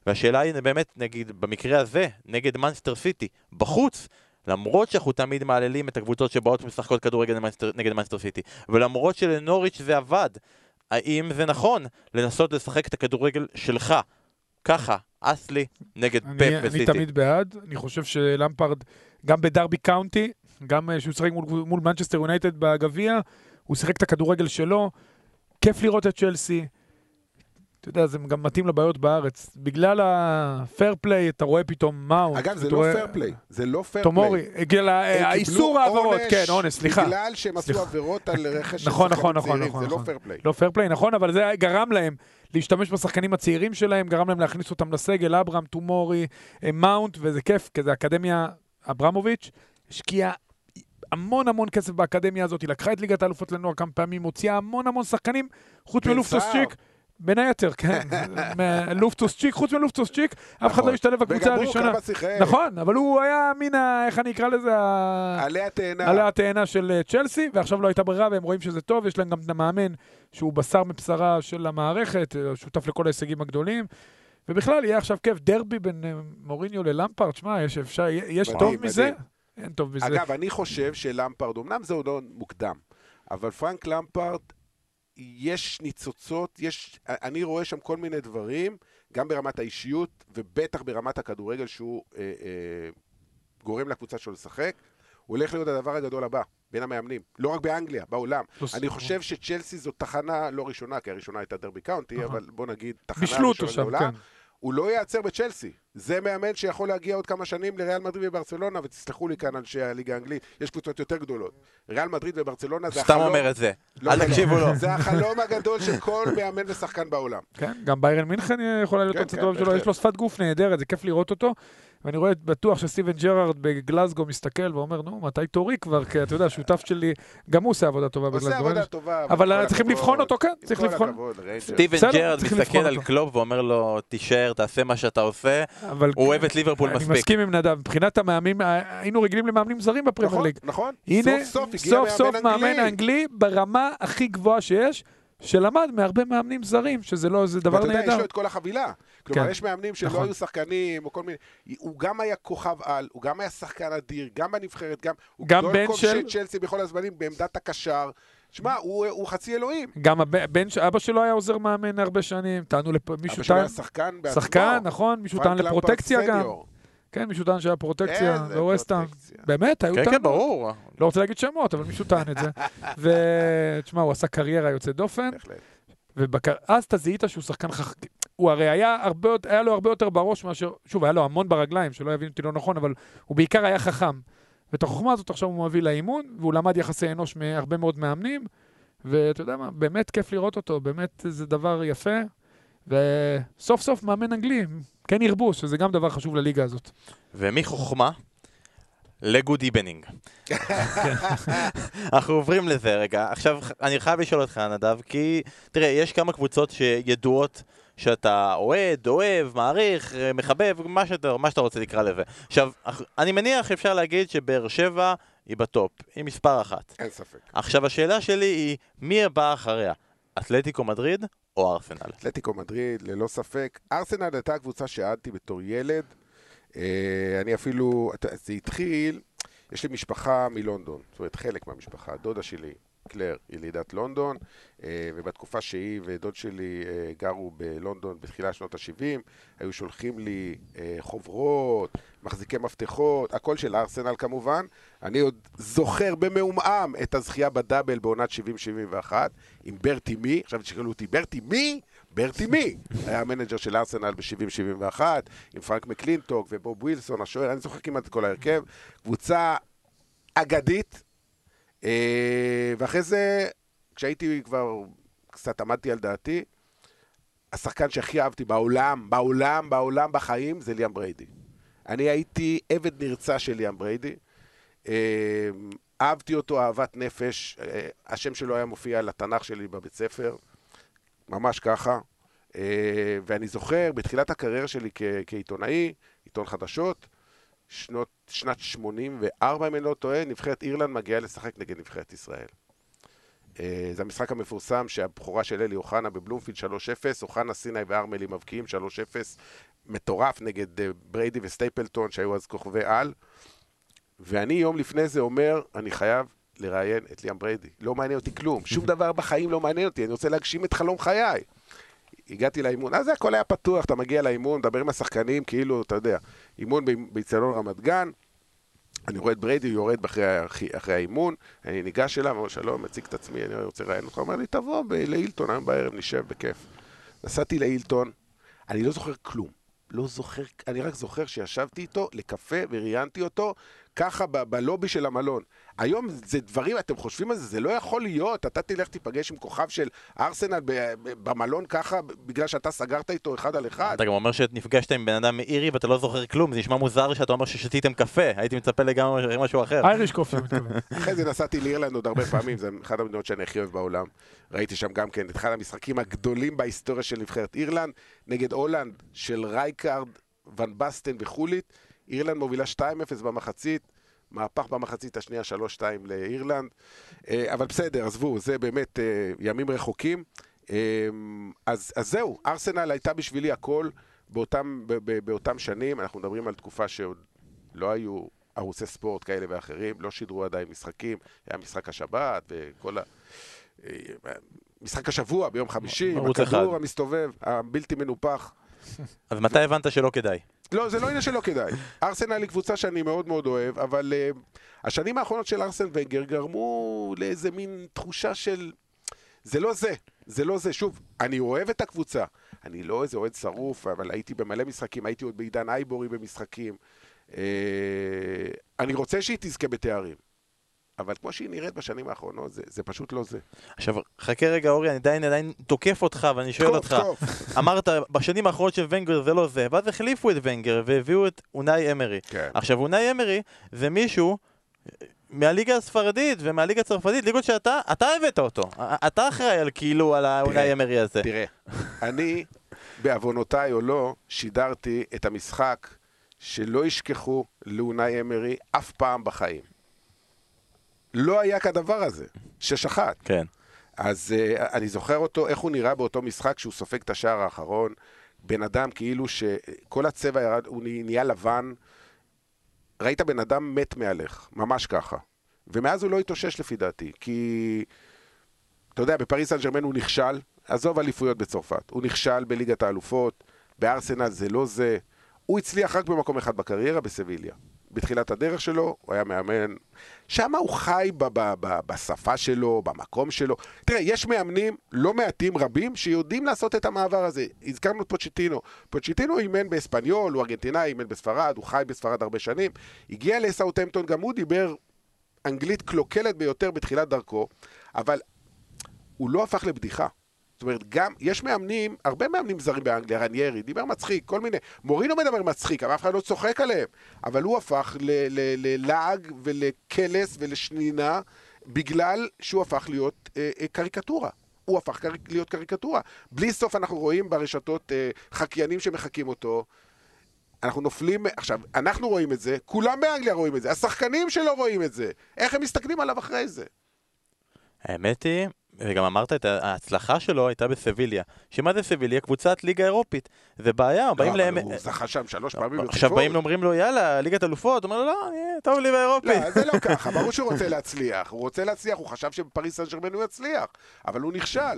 Speaker 1: והשאלה היא באמת, נגיד, במקרה הזה, נגד מנסטר סיטי, בחוץ, למרות שאנחנו תמיד מעללים את הקבוצות שבאות משחקות כדורגל נגד מנסטר סיטי, ולמרות שלנוריץ' זה עבד, האם זה נכון לנסות לשחק את הכדורגל שלך, ככה, אסלי, נגד פפ וסיטי?
Speaker 2: אני תמיד בעד, אני חושב שלמפרד, גם בדרבי קאונטי, גם שהוא שחק מול, מול מנצ'סטר יונייטד בגביע, הוא שיחק את הכדורגל שלו, כיף לראות את צ'לסי, אתה יודע, זה גם מתאים לבעיות בארץ. בגלל הפייר פליי, אתה רואה פתאום מאונט.
Speaker 3: אגב, זה לא פייר פליי. זה לא פייר פליי.
Speaker 2: תומורי, הגיע האיסור העברות. כן, אונס, סליחה.
Speaker 3: בגלל שהם עשו עבירות על רכש של
Speaker 2: נכון, נכון,
Speaker 3: שחקנים
Speaker 2: נכון,
Speaker 3: צעירים. זה
Speaker 2: נכון.
Speaker 3: לא פייר פליי.
Speaker 2: לא פייר פליי, נכון, אבל זה גרם להם להשתמש בשחקנים הצעירים שלהם, גרם להם להכניס אותם לסגל, אברהם, תומורי, מאונט, וזה כיף, כי זה אקדמיה אברמוביץ', השקיע המון המון כסף באקדמיה הזאת, היא לקחה את ליגת האלופות לנוער כמה פעמים, הוציאה המון המון שחקנים, חוץ מלופטוס-צ'יק, בין היתר, כן, לופטוס-צ'יק, חוץ מלופטוס-צ'יק, אף אחד לא השתלב בקבוצה הראשונה. נכון, אבל הוא היה מין, איך אני אקרא לזה,
Speaker 3: עלי התאנה.
Speaker 2: עלי התאנה של צ'לסי, ועכשיו לא הייתה ברירה, והם רואים שזה טוב, יש להם גם את המאמן, שהוא בשר מבשרה של המערכת, שותף לכל ההישגים הגדולים, ובכלל יהיה עכשיו כיף דרבי בין מוריניו ללמפרד, שמה, יש, אפשר, יש טוב מזה? אין טוב מזה.
Speaker 3: אגב, אני חושב שלמפרד, אמנם זה עוד לא מוקדם, אבל פרנק למפרד, יש ניצוצות, יש, אני רואה שם כל מיני דברים, גם ברמת האישיות, ובטח ברמת הכדורגל שהוא אה, אה, גורם לקבוצה שלו לשחק, הוא הולך להיות הדבר הגדול הבא, בין המאמנים, לא רק באנגליה, בעולם. אני חושב שצ'לסי זו תחנה לא ראשונה, כי הראשונה הייתה דרבי קאונטי, אבל בוא נגיד, תחנה ראשונה בעולם. הוא לא ייעצר בצ'לסי. זה מאמן שיכול להגיע עוד כמה שנים לריאל מדריד וברצלונה, ותסלחו לי כאן אנשי הליגה האנגלית, יש קבוצות יותר גדולות. ריאל מדריד וברצלונה זה החלום...
Speaker 1: סתם אומר את זה, אל תקשיבו לו.
Speaker 3: זה החלום הגדול של כל מאמן ושחקן בעולם.
Speaker 2: כן, גם ביירן מינכן יכולה להיות תוצאה טובה שלו, יש לו שפת גוף נהדרת, זה כיף לראות אותו. ואני רואה בטוח שסטיבן ג'רארד בגלסגו מסתכל ואומר, נו, מתי תורי כבר? כי אתה יודע, שותף שלי, גם הוא עושה עבודה טובה בגלסגו.
Speaker 3: עושה עבודה טובה.
Speaker 2: אבל צריכים לבחון אותו, כן, צריך לבחון.
Speaker 1: סטיבן ג'רארד מסתכל על קלופ ואומר לו, תישאר, תעשה מה שאתה עושה. הוא אוהב את ליברפול מספיק.
Speaker 2: אני מסכים עם נדב. מבחינת המאמנים, היינו רגילים למאמנים זרים בפרמייר ליג.
Speaker 3: נכון,
Speaker 2: הנה, סוף סוף מאמן אנגלי ברמה הכי גבוהה שיש. שלמד מהרבה מאמנים זרים, שזה לא, זה דבר נהדר.
Speaker 3: ואתה יודע, יש לו את כל החבילה. כלומר, יש מאמנים שלא היו שחקנים, או כל מיני... הוא גם היה כוכב על, הוא גם היה שחקן אדיר, גם בנבחרת, גם... הוא גדול כובשי צ'לסי בכל הזמנים, בעמדת הקשר. שמע, הוא חצי אלוהים.
Speaker 2: גם הבן, אבא שלו היה עוזר מאמן הרבה שנים, טענו לפה, מישהו טען...
Speaker 3: אבא שלו היה שחקן בעצמו.
Speaker 2: שחקן, נכון, מישהו טען לפרוטקציה גם. כן, מישהו טען שהיה פרוטקציה, בווסטהאם. באמת, היו טענות.
Speaker 1: כן, כן, ברור.
Speaker 2: לא רוצה להגיד שמות, אבל מישהו טען את זה. ותשמע, הוא עשה קריירה יוצא דופן. ואז אתה זיהית שהוא שחקן חכם. הוא הרי היה, הרבה, היה לו הרבה יותר בראש מאשר, שוב, היה לו המון ברגליים, שלא יבין אותי לא נכון, אבל הוא בעיקר היה חכם. ואת החוכמה הזאת עכשיו הוא מביא לאימון, והוא למד יחסי אנוש מהרבה מאוד מאמנים, ואתה יודע מה, באמת כיף לראות אותו, באמת זה דבר יפה, וסוף סוף מאמן אנגלי, כן ירבוש, שזה גם דבר חשוב לליגה הזאת.
Speaker 1: ומי חוכמה? לגוד איבנינג. אנחנו עוברים לזה רגע. עכשיו, אני חייב לשאול אותך, נדב, כי תראה, יש כמה קבוצות שידועות שאתה אוהד, אוהב, מעריך, מחבב, מה שאתה, מה שאתה רוצה לקרוא לזה. עכשיו, אני מניח שאפשר להגיד שבאר שבע היא בטופ, היא מספר אחת.
Speaker 3: אין ספק.
Speaker 1: עכשיו, השאלה שלי היא, מי הבא אחריה? אתלטיקו מדריד או ארסנל?
Speaker 3: אתלטיקו מדריד, ללא ספק. ארסנל הייתה הקבוצה שעדתי בתור ילד. אני אפילו, זה התחיל, יש לי משפחה מלונדון, זאת אומרת חלק מהמשפחה, דודה שלי, קלר, ילידת לונדון, ובתקופה שהיא ודוד שלי גרו בלונדון בתחילה שנות ה-שבעים, היו שולחים לי חוברות, מחזיקי מפתחות, הכל של ארסנל כמובן. אני עוד זוכר במעומעם את הזכייה בדאבל בעונת שבעים שבעים ואחת, עם ברטי מי, עכשיו תשאלו אותי, ברטי מי? ברטי מי? היה המנג'ר של ארסנל ב-שבעים שבעים ואחת, עם פרנק מקלינטוק ובוב ווילסון, השוער, אני זוכר כמעט את כל ההרכב, קבוצה אגדית, ואחרי זה, כשהייתי כבר קצת עמדתי על דעתי, השחקן שהכי אהבתי בעולם, בעולם, בעולם, בחיים, זה ליאם בריידי. אני הייתי עבד נרצע של ליאם בריידי, אהבתי אותו אהבת נפש, השם שלו היה מופיע לתנ"ך שלי בבית ספר, ממש ככה, ואני זוכר בתחילת הקריירה שלי כעיתונאי, עיתון חדשות, שנות, שנת שמונים וארבע, אם אני לא טועה, נבחרת אירלנד מגיעה לשחק נגד נבחרת ישראל. זה המשחק המפורסם שהבחורה של אלי אוחנה בבלומפילד שלוש אפס, אוחנה, סיני וארמלי מבקיעים שלוש אפס, מטורף נגד בריידי וסטייפלטון, שהיו אז כוכבי על, ואני יום לפני זה אומר, אני חייב לראיין את ליאם בריידי. לא מעניין אותי כלום, שום דבר בחיים לא מעניין אותי, אני רוצה להגשים את חלום חיי. הגעתי לאימון, אז הכל היה פתוח, אתה מגיע לאימון, מדבר עם השחקנים, כאילו, אתה יודע, אימון באצטדיון רמת גן, אני רואה את בריידי, הוא יורד אחרי, אחרי האימון, אני ניגש אליו, אומר, שלום, מציג את עצמי, אני רוצה לראיין אותך, הוא אומר לי, תבוא לאילטון, היום בערב נשב בכיף. נסעתי לאילטון, אני לא זוכר כלום, לא זוכר, אני רק זוכר שישבתי איתו לקפה וראיינתי אותו, ככה ב- בלובי של המלון. היום זה דברים, אתם חושבים על זה, זה לא יכול להיות, אתה תלך תיפגש עם כוכב של ארסנל ב- ב- במלון ככה, בגלל שאתה סגרת איתו אחד על אחד.
Speaker 1: אתה גם אומר שנפגשת עם בן אדם מאירי ואתה לא זוכר כלום, זה נשמע מוזר שאתה אומר ששתיתם קפה, הייתי מצפה לגמרי משהו אחר.
Speaker 2: אייריש קופי מתכוון.
Speaker 3: אחרי זה נסעתי לאירלנד עוד הרבה פעמים, זה אחד המדינות שאני הכי אוהב בעולם. ראיתי שם גם כן את אחד המשחקים הגדולים בהיסטוריה של נבחרת אירלנד, נגד הולנד של רייקארד, ון בסטן וחולית. אירלנד מובילה שתיים אפס במחצית, מהפך במחצית השנייה שלוש שתיים לאירלנד. אבל בסדר, עזבו, זה באמת ימים רחוקים. אז, אז זהו, ארסנל הייתה בשבילי הכל באותם, באותם שנים. אנחנו מדברים על תקופה שעוד לא היו ערוצי ספורט כאלה ואחרים, לא שידרו עדיין משחקים, היה משחק השבת וכל ה... משחק השבוע ביום חמישי, הכדור המסתובב, הבלתי מנופח.
Speaker 1: אז מתי הבנת שלא כדאי?
Speaker 3: לא, זה לא עניין שלא כדאי. ארסנל היא קבוצה שאני מאוד מאוד אוהב, אבל uh, השנים האחרונות של ארסן ונגר גרמו לאיזה מין תחושה של... זה לא זה, זה לא זה. שוב, אני אוהב את הקבוצה. אני לא איזה אוהד שרוף, אבל הייתי במלא משחקים, הייתי עוד בעידן אייבורי במשחקים. Uh, אני רוצה שהיא תזכה בתארים. אבל כמו שהיא נראית בשנים האחרונות, זה, זה פשוט לא זה.
Speaker 1: עכשיו, חכה רגע אורי, אני עדיין עדיין תוקף אותך ואני שואל אותך. אמרת, בשנים האחרונות של ונגר זה לא זה, ואז החליפו את ונגר והביאו את אונאי אמרי.
Speaker 3: כן.
Speaker 1: עכשיו, אונאי אמרי זה מישהו מהליגה הספרדית ומהליגה הצרפתית, ליגות שאתה, אתה הבאת אותו. אתה אחראי על כאילו על האונאי אמרי הזה.
Speaker 3: תראה, אני, בעוונותיי או לא, שידרתי את המשחק שלא ישכחו לאונאי אמרי אף פעם בחיים. לא היה כדבר הזה, שש אחת.
Speaker 1: כן.
Speaker 3: אז uh, אני זוכר אותו, איך הוא נראה באותו משחק שהוא סופג את השער האחרון, בן אדם כאילו שכל הצבע ירד, הוא נהיה לבן, ראית בן אדם מת מהלך, ממש ככה. ומאז הוא לא התאושש לפי דעתי, כי, אתה יודע, בפריס סן ז'רמן הוא נכשל, עזוב אליפויות בצרפת, הוא נכשל בליגת האלופות, בארסנל זה לא זה, הוא הצליח רק במקום אחד בקריירה, בסביליה. בתחילת הדרך שלו, הוא היה מאמן, שם הוא חי ב- ב- ב- בשפה שלו, במקום שלו. תראה, יש מאמנים לא מעטים רבים שיודעים לעשות את המעבר הזה. הזכרנו את פוצ'טינו. פוצ'טינו אימן באספניול, הוא ארגנטינאי, אימן בספרד, הוא חי בספרד הרבה שנים. הגיע לסאות'המפטון, גם הוא דיבר אנגלית קלוקלת ביותר בתחילת דרכו, אבל הוא לא הפך לבדיחה. זאת אומרת, גם, יש מאמנים, הרבה מאמנים זרים באנגליה, רניירי, דיבר מצחיק, כל מיני, מורינו מדבר מצחיק, אבל אף אחד לא צוחק עליהם, אבל הוא הפך ללעג ולקלס ולשנינה, בגלל שהוא הפך להיות אה, אה, קריקטורה. הוא הפך קר... להיות קריקטורה. בלי סוף אנחנו רואים ברשתות אה, חקיינים שמחכים אותו, אנחנו נופלים, עכשיו, אנחנו רואים את זה, כולם באנגליה רואים את זה, השחקנים שלו רואים את זה, איך הם מסתכלים עליו אחרי זה?
Speaker 1: האמת היא, וגם אמרת את ההצלחה שלו הייתה בסביליה. שמה זה סביליה? קבוצת ליגה אירופית. זה בעיה, באים להם...
Speaker 3: הוא זכה שם שלוש פעמים ברציפות.
Speaker 1: עכשיו באים ואומרים לו, יאללה, ליגת אלופות. הוא אומר לו, לא, טוב לי באירופית.
Speaker 3: לא, זה לא ככה, ברור שהוא רוצה להצליח. הוא רוצה להצליח, הוא חשב שבפריס סן ז'רמן הוא יצליח, אבל הוא נכשל.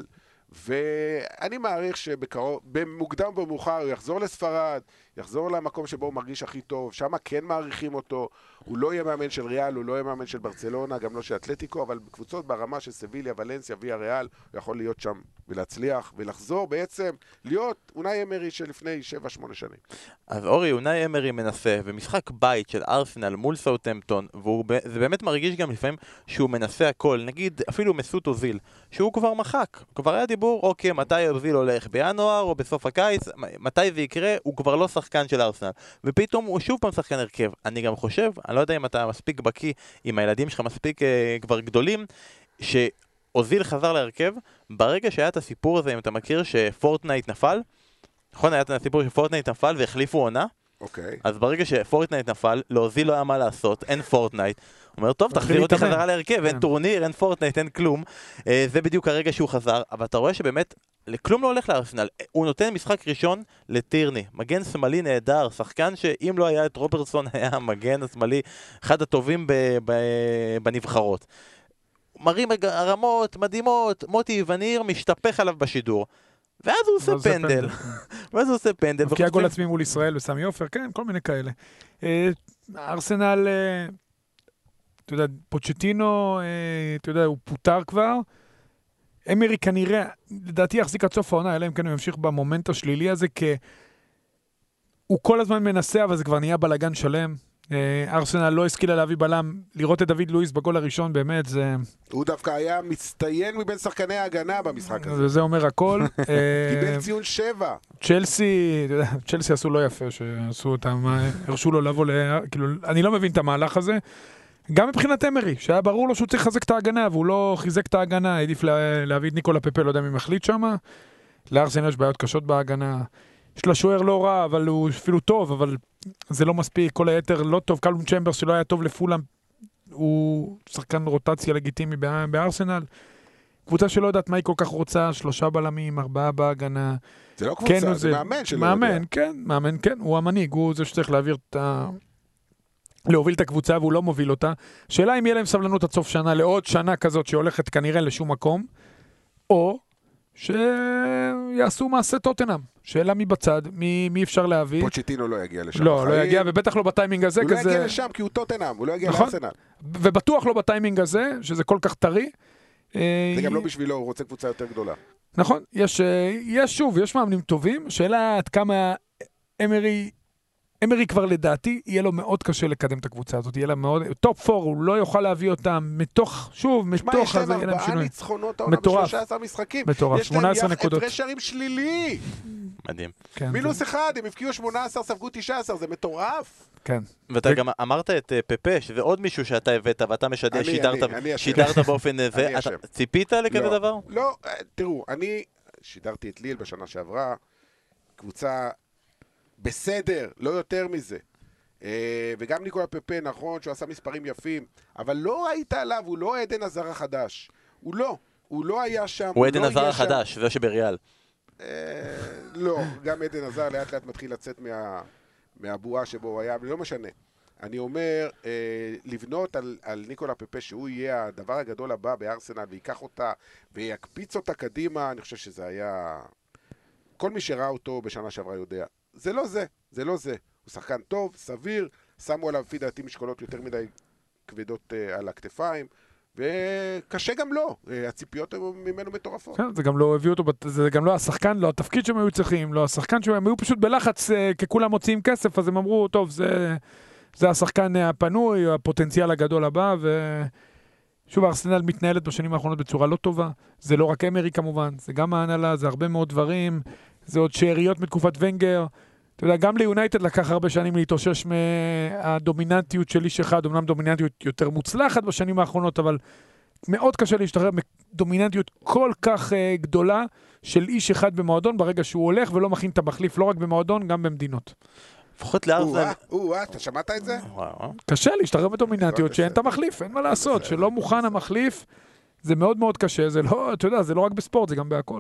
Speaker 3: ואני מעריך שבקרוב, במוקדם ובמאוחר, הוא יחזור לספרד, יחזור למקום שבו הוא מרגיש הכי טוב, שם כן מעריכים אותו, הוא לא יהיה מאמן של ריאל, הוא לא יהיה מאמן של ברצלונה, גם לא של אתלטיקו, אבל בקבוצות ברמה של סביליה, ולנסיה, ויה ריאל, הוא יכול להיות שם ולהצליח, ולחזור בעצם להיות אונאי אמרי של לפני שבע שמונה שנים.
Speaker 1: אז אורי, אונאי אמרי מנסה, ומשחק בית של ארסנל מול סאות'המפטון, וזה באמת מרגיש גם לפעמים שהוא מנסה הכל, נגיד אפילו מסות אוזיל, שהוא כבר מחק, כבר היה דיבור, אוקיי, מתי אוזיל הולך, בינואר או בסוף הקיץ, מתי זה יקרה, הוא כבר לא שחקן של ארסנל, ופתאום הוא שוב פעם שחקן הרכב. אני גם חושב, אני לא יודע אם אתה מספיק בקי, אם הילדים שלך מספיק אה, כבר גדולים, שאוזיל חזר להרכב, ברגע שהיה את הסיפור הזה, אם אתה מכיר שפורטנייט נפל, נכון, היה את הסיפור שפורטנייט נפל והחליפו עונה,
Speaker 3: אוקיי.
Speaker 1: אז ברגע שפורטנייט נפל, להוזיל לא היה מה לעשות, אין פורטנייט. הוא אומר, טוב, תחזיר אותי חזרה להרכב, אין טורניר, אין פורטנייט, אין כלום. זה בדיוק הרגע שהוא חזר, אבל אתה רואה שבאמת, כלום לא הולך לארסנל. הוא נותן משחק ראשון לטירני, מגן שמאלי נהדר, שחקן שאם לא היה את רוברטסון, היה המגן השמאלי, אחד הטובים בנבחרות. מרים הרמות, מדהימות, מוטי וניר משתפך עליו בשידור. ואז הוא עושה פנדל. ואז הוא עושה פנדל.
Speaker 2: כי הגול עצמי מול ישראל וסמי עופר, כן, כל מיני כאלה. ארסנל, אתה יודע, פוצ'טינו, אתה יודע, הוא פוטר כבר. אמרי כנראה, לדעתי יחזיק עד סוף העונה, אלא אם כן הוא ימשיך במומנט השלילי הזה, כי הוא כל הזמן מנסה, אבל זה כבר נהיה בלגן שלם. ארסנל לא השכילה להביא בלם, לראות את דוד לואיס בגול הראשון, באמת זה...
Speaker 3: הוא דווקא היה מצטיין מבין שחקני ההגנה במשחק הזה.
Speaker 2: וזה אומר הכל.
Speaker 3: קיבל ציון שבע.
Speaker 2: צ'לסי, אתה יודע, צ'לסי עשו לא יפה, שעשו אותם, הרשו לו לבוא, כאילו, אני לא מבין את המהלך הזה. גם מבחינת אמרי, שהיה ברור לו שהוא צריך לחזק את ההגנה, והוא לא חיזק את ההגנה, העדיף להביא את ניקולה פפה, לא יודע מי מחליט שם. לארסנל יש בעיות קשות בהגנה. יש לה שוער לא רע, אבל הוא אפילו טוב, אבל זה לא מספיק, כל היתר לא טוב. קלום צ'מברס שלא היה טוב לפולאם, הוא שחקן רוטציה לגיטימי בארסנל. קבוצה שלא יודעת מה היא כל כך רוצה, שלושה בלמים, ארבעה בהגנה.
Speaker 3: זה לא קבוצה, זה מאמן שלא יודע.
Speaker 2: מאמן, כן, מאמן, כן, הוא המנהיג, הוא זה שצריך להעביר את ה... להוביל את הקבוצה, והוא לא מוביל אותה. שאלה אם יהיה להם סבלנות עד סוף שנה, לעוד שנה כזאת שהולכת כנראה לשום מקום, או שיעשו מעשה טוטנהאם. שאלה מי בצד, מי, מי אפשר להביא.
Speaker 3: פוצ'טינו לא יגיע לשם.
Speaker 2: לא, לא יגיע, ובטח לא בטיימינג הזה.
Speaker 3: הוא
Speaker 2: כזה...
Speaker 3: לא יגיע לשם, כי הוא טוטנהאם, הוא לא יגיע
Speaker 2: נכון?
Speaker 3: לארסנל.
Speaker 2: ובטוח לא בטיימינג הזה, שזה כל כך טרי.
Speaker 3: זה גם לא בשבילו, הוא רוצה קבוצה יותר גדולה.
Speaker 2: נכון, יש, יש שוב, יש מאמנים טובים. שאלה עד כמה אמרי... אמרי כבר לדעתי, יהיה לו מאוד קשה לקדם את הקבוצה הזאת, יהיה לה מאוד, טופ פור, הוא לא יוכל להביא אותם מתוך, שוב, מתוך,
Speaker 3: אז יהיה להם ארבעה ניצחונות העונה ב-שלושה עשר משחקים.
Speaker 2: מטורף, שמונה עשרה נקודות.
Speaker 3: יש להם הפרש שערים שלילי.
Speaker 1: מדהים.
Speaker 3: מינוס אחד, הם הפקיעו שמונה עשרה, ספגו תשע עשרה, זה מטורף.
Speaker 2: כן.
Speaker 1: ואתה גם אמרת את פפה, שזה עוד מישהו שאתה הבאת, ואתה משדר, שידרת באופן זה, ציפית לכזה דבר?
Speaker 3: לא, תראו, אני שידרתי את ליל בשנה שעברה, קבוצה בסדר, לא יותר מזה. וגם ניקולה פפה, נכון, שהוא עשה מספרים יפים, אבל לא ראית עליו, הוא לא עדן עזר החדש. הוא לא, הוא לא היה שם.
Speaker 1: הוא עדן עזר החדש, זה שבריאל.
Speaker 3: לא, גם עדן עזר לאט לאט מתחיל לצאת מהבועה שבו הוא היה, לא משנה. אני אומר, לבנות על ניקולה פפה, שהוא יהיה הדבר הגדול הבא בארסנל, ויקח אותה ויקפיץ אותה קדימה, אני חושב שזה היה... כל מי שראה אותו בשנה שעברה יודע. זה לא זה, זה לא זה. הוא שחקן טוב, סביר, שמו עליו לפי דעתי משקולות יותר מדי כבדות uh, על הכתפיים, וקשה גם לא. Uh, הציפיות ממנו מטורפות.
Speaker 2: כן, זה גם לא הביאו אותו, זה גם לא השחקן, לא התפקיד שהם היו צריכים, לא השחקן שהם היו פשוט בלחץ, uh, ככולם מוציאים כסף, אז הם אמרו, טוב, זה, זה השחקן הפנוי, הפוטנציאל הגדול הבא, ו... שוב, ארסנל מתנהלת בשנים האחרונות בצורה לא טובה. זה לא רק אמרי כמובן, זה גם ההנהלה, זה הרבה מאוד דברים, זה עוד שאריות מתקופת ונגר. אתה יודע, גם ליונייטד לקח הרבה שנים להתאושש מהדומיננטיות של איש אחד, אומנם דומיננטיות יותר מוצלחת בשנים האחרונות, אבל מאוד קשה להשתחרר מדומיננטיות כל כך uh, גדולה של איש אחד במועדון, ברגע שהוא הולך ולא מכין את המחליף, לא רק במועדון, גם במדינות.
Speaker 1: לפחות לארסנל...
Speaker 3: או, אתה שמעת את זה?
Speaker 2: קשה להשתחרר בדומיננטיות שאין את המחליף, אין מה לעשות, שלא מוכן המחליף, זה מאוד מאוד קשה, זה לא, אתה יודע, זה לא רק בספורט, זה גם בהכל.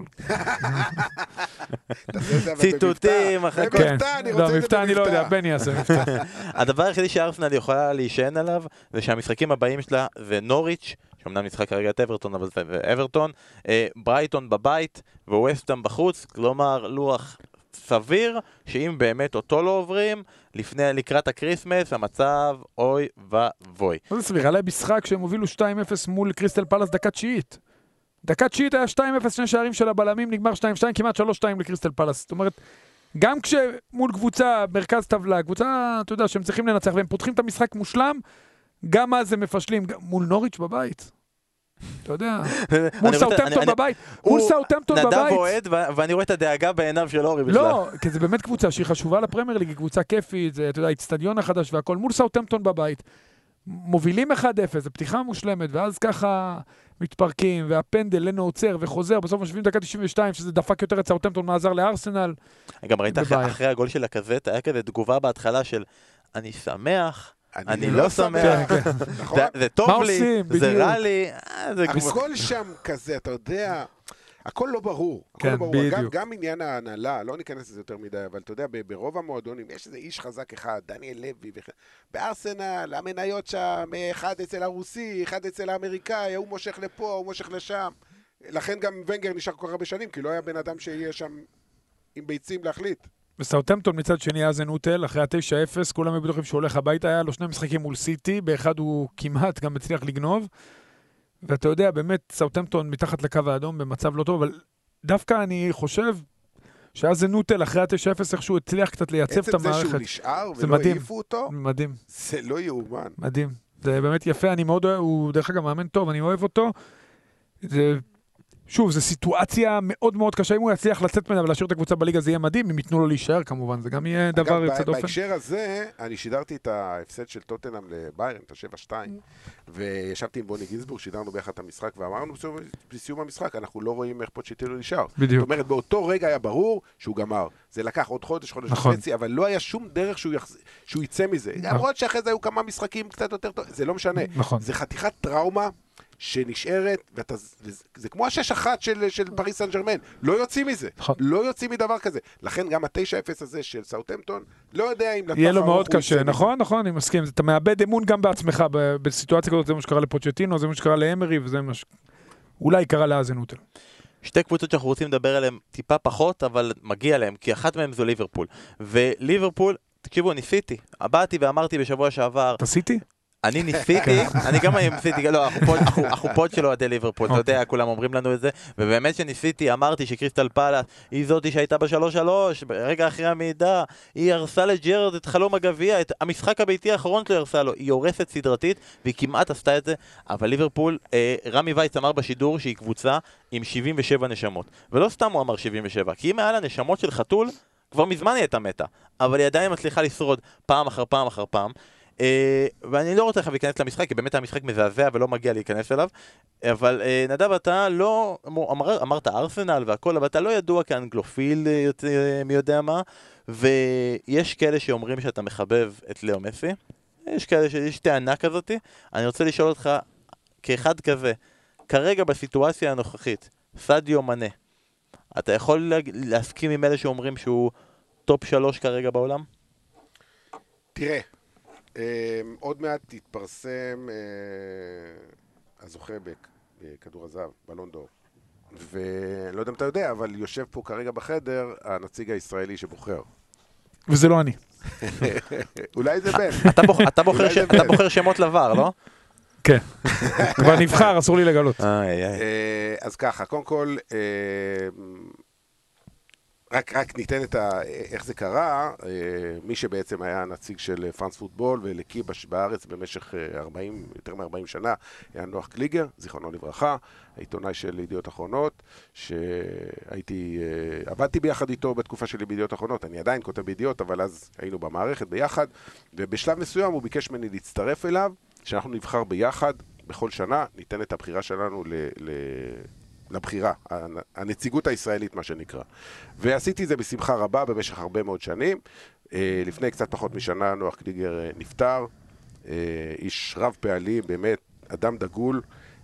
Speaker 1: ציטוטים, אחרי כל...
Speaker 2: לא, מבטא אני לא יודע, בני יעשה מבטא.
Speaker 1: הדבר היחידי שארסנל יכולה להישען עליו, זה שהמשחקים הבאים שלה זה נוריץ', שאומנם משחק כרגע את אברטון, אבל זה אברטון, ברייטון בבית וווסטהאם בחוץ, כלומר לוח סביר, שאם באמת אותו לא עוברים, לפני, לקראת הקריסמס, המצב אוי ובוי.
Speaker 2: זה סביר, עלי משחק שהם הובילו שתיים אפס מול קריסטל פלאס דקה תשיעית. דקה תשיעית היה שתיים אפס, שני שערים של הבלמים, נגמר שתיים שתיים, כמעט שלוש שתיים לקריסטל פלאס. זאת אומרת, גם כשמול קבוצה, מרכז טבלה, קבוצה, אתה יודע, שהם צריכים לנצח, והם פותחים את המשחק מושלם, גם אז הם מפשלים, מול נוריץ' בבית. אתה יודע, מול סאוטהמפטון בבית, מול סאוטהמפטון בבית.
Speaker 1: נדב אוהד, ואני רואה את הדאגה בעיניו של אורי בכלל.
Speaker 2: לא, כי זה באמת קבוצה שהיא חשובה לפרמייר ליג, היא קבוצה כיפית, זה, אתה יודע, האצטדיון החדש והכל, מול סאוטהמפטון בבית. מובילים אחד אפס, זו פתיחה מושלמת, ואז ככה מתפרקים, והפנדל לנו עוצר וחוזר, בסוף משווים דקה תשעים ושתיים, שזה דפק יותר את סאות'המפטון מעזר לארסנל.
Speaker 1: גם ראית אחרי, אחרי הגול של הקזט, היה כזה תגובה בהתחלה של אני שמח, אני, אני לא, לא שמח, כן, כן. נכון? זה, זה טוב לי, עושים, זה בדיוק. רע לי.
Speaker 3: הכל שם כזה, אתה יודע... הכל לא ברור, הכל
Speaker 2: כן,
Speaker 3: לא ברור.
Speaker 2: בדיוק.
Speaker 3: גם, גם עניין ההנהלה, לא ניכנס לזה יותר מדי, אבל אתה יודע, ברוב המועדונים יש איזה איש חזק אחד, דניאל לוי, וכ... בארסנל, המניות שם, אחד אצל הרוסי, אחד אצל האמריקאי, הוא מושך לפה, הוא מושך לשם. לכן גם ונגר נשאר כל כך הרבה שנים, כי לא היה בן אדם שיהיה שם עם ביצים להחליט.
Speaker 2: וסאות'המפטון מצד שני היה זנוטל, אחרי ה-תשע אפס, כולם היו בטוחים שהוא הולך הביתה, היה לו שני משחקים מול סיטי, באחד הוא כמעט גם הצליח לגנוב. ואתה יודע, באמת, סאות'המפטון מתחת לקו האדום במצב לא טוב, אבל דווקא אני חושב שאז זה נוטל אחרי ה-תשע אפס, איכשהו הצליח קצת לייצב את המערכת.
Speaker 3: עצם זה שהוא נשאר ולא העיפו אותו,
Speaker 2: מדהים.
Speaker 3: זה לא יאומן.
Speaker 2: מדהים. זה באמת יפה, אני מאוד אוהב, הוא דרך אגב מאמן טוב, אני אוהב אותו. זה... שוב, זו סיטואציה מאוד מאוד קשה, אם הוא יצליח לצאת ממנה ולהשאיר את הקבוצה בליגה, זה יהיה מדהים, אם ייתנו לו להישאר כמובן, זה גם יהיה דבר יוצא דופן.
Speaker 3: בהקשר הזה, אני שידרתי את ההפסד של טוטנהאם לביירן, את ה-שבע שתיים, וישבתי עם בוני גינסבורג, שידרנו ביחד את המשחק, ואמרנו בסיום המשחק, אנחנו לא רואים איך פוצ'טינו נשאר.
Speaker 2: בדיוק.
Speaker 3: זאת אומרת, באותו רגע היה ברור שהוא גמר. זה לקח עוד חודש, חודש וחצי, אבל לא היה שום דרך שהוא יצא מזה. למרות שאחרי זה היו כמה משחקים קצת יותר טוב, זה לא משנה. זה חתיכת טראומה שנשארת, ואתה, זה, זה כמו השש אחת של, של פריס סן ז'רמן, לא יוצאים מזה, נכון. לא יוצאים מדבר כזה. לכן גם ה-תשע אפס הזה של סאות'המפטון, לא יודע אם
Speaker 2: יהיה לו מאוד קשה, נכון, מזה. נכון, אני מסכים. אתה מאבד אמון גם בעצמך, בסיטואציה כזאת, זה מה שקרה לפוצ'טינו, זה מה שקרה לאמרי, וזה מה ש... אולי קרה לאזנוטל.
Speaker 1: שתי קבוצות שאנחנו רוצים לדבר עליהן טיפה פחות, אבל מגיע להם, כי אחת מהן זו ליברפול. וליברפול, תקשיבו, ניסיתי. באתי ואמרתי בשבוע שעבר...
Speaker 2: אתה סיטי?
Speaker 1: אני ניסיתי, אני גם ניסיתי, לא, החופות שלו עדי ליברפול, אתה יודע, כולם אומרים לנו את זה, ובאמת שניסיתי, אמרתי שקריסטל פלאס היא זאתי שהייתה בשלוש שלוש, רגע אחרי המידע, היא הרסה לג'רד את חלום הגביע, את המשחק הביתי האחרון שלו הרסה לו, היא הורסת סדרתית, והיא כמעט עשתה את זה, אבל ליברפול, רמי וייץ אמר בשידור שהיא קבוצה עם שבעים ושבע נשמות, ולא סתם הוא אמר שבעים ושבע, כי אם היה לה נשמות של חתול, כבר מזמן היא הייתה מתה, אבל היא עדיין מצליחה לשרוד פעם אחר פעם אחר פעם. Uh, ואני לא רוצה לך להיכנס למשחק, כי באמת המשחק מזעזע ולא מגיע להיכנס אליו, אבל uh, נדב, אתה לא, אמר, אמרת ארסנל והכל, אבל אתה לא ידוע כאנגלופיל uh, מי יודע מה, ויש כאלה שאומרים שאתה מחבב את לאו מסי, יש כאלה שיש טענה כזאת, אני רוצה לשאול אותך, כאחד כזה, כרגע בסיטואציה הנוכחית, סאדיו מנה, אתה יכול להסכים עם אלה שאומרים שהוא טופ שלוש כרגע בעולם?
Speaker 3: תראה, Uh, עוד מעט תתפרסם uh, הזוכה בכדור הזהב, בלון דור. ולא יודע אם אתה יודע, אבל יושב פה כרגע בחדר הנציג הישראלי שבוחר.
Speaker 2: וזה לא אני.
Speaker 3: אולי זה בן.
Speaker 1: אתה, בוח, אתה, בוחר ש... אתה בוחר שמות לבר, לא?
Speaker 2: כן. כבר נבחר, אסור לי לגלות.
Speaker 3: איי, איי. Uh, אז ככה, קודם כל... Uh, רק, רק ניתן את ה... איך זה קרה, מי שבעצם היה נציג של פרנס פוטבול ולקי בארץ במשך ארבעים, יותר מ-ארבעים שנה, היה נוח קליגר, זיכרונו לברכה, העיתונאי של ידיעות אחרונות, שהייתי, עבדתי ביחד איתו בתקופה שלי בידיעות אחרונות, אני עדיין כותב בידיעות, אבל אז היינו במערכת ביחד, ובשלב מסוים הוא ביקש ממני להצטרף אליו, שאנחנו נבחר ביחד, בכל שנה, ניתן את הבחירה שלנו ל... ל... לבחירה, הנציגות הישראלית מה שנקרא. ועשיתי את זה בשמחה רבה במשך הרבה מאוד שנים. לפני קצת פחות משנה נוח קליגר נפטר, איש רב פעלים, באמת אדם דגול,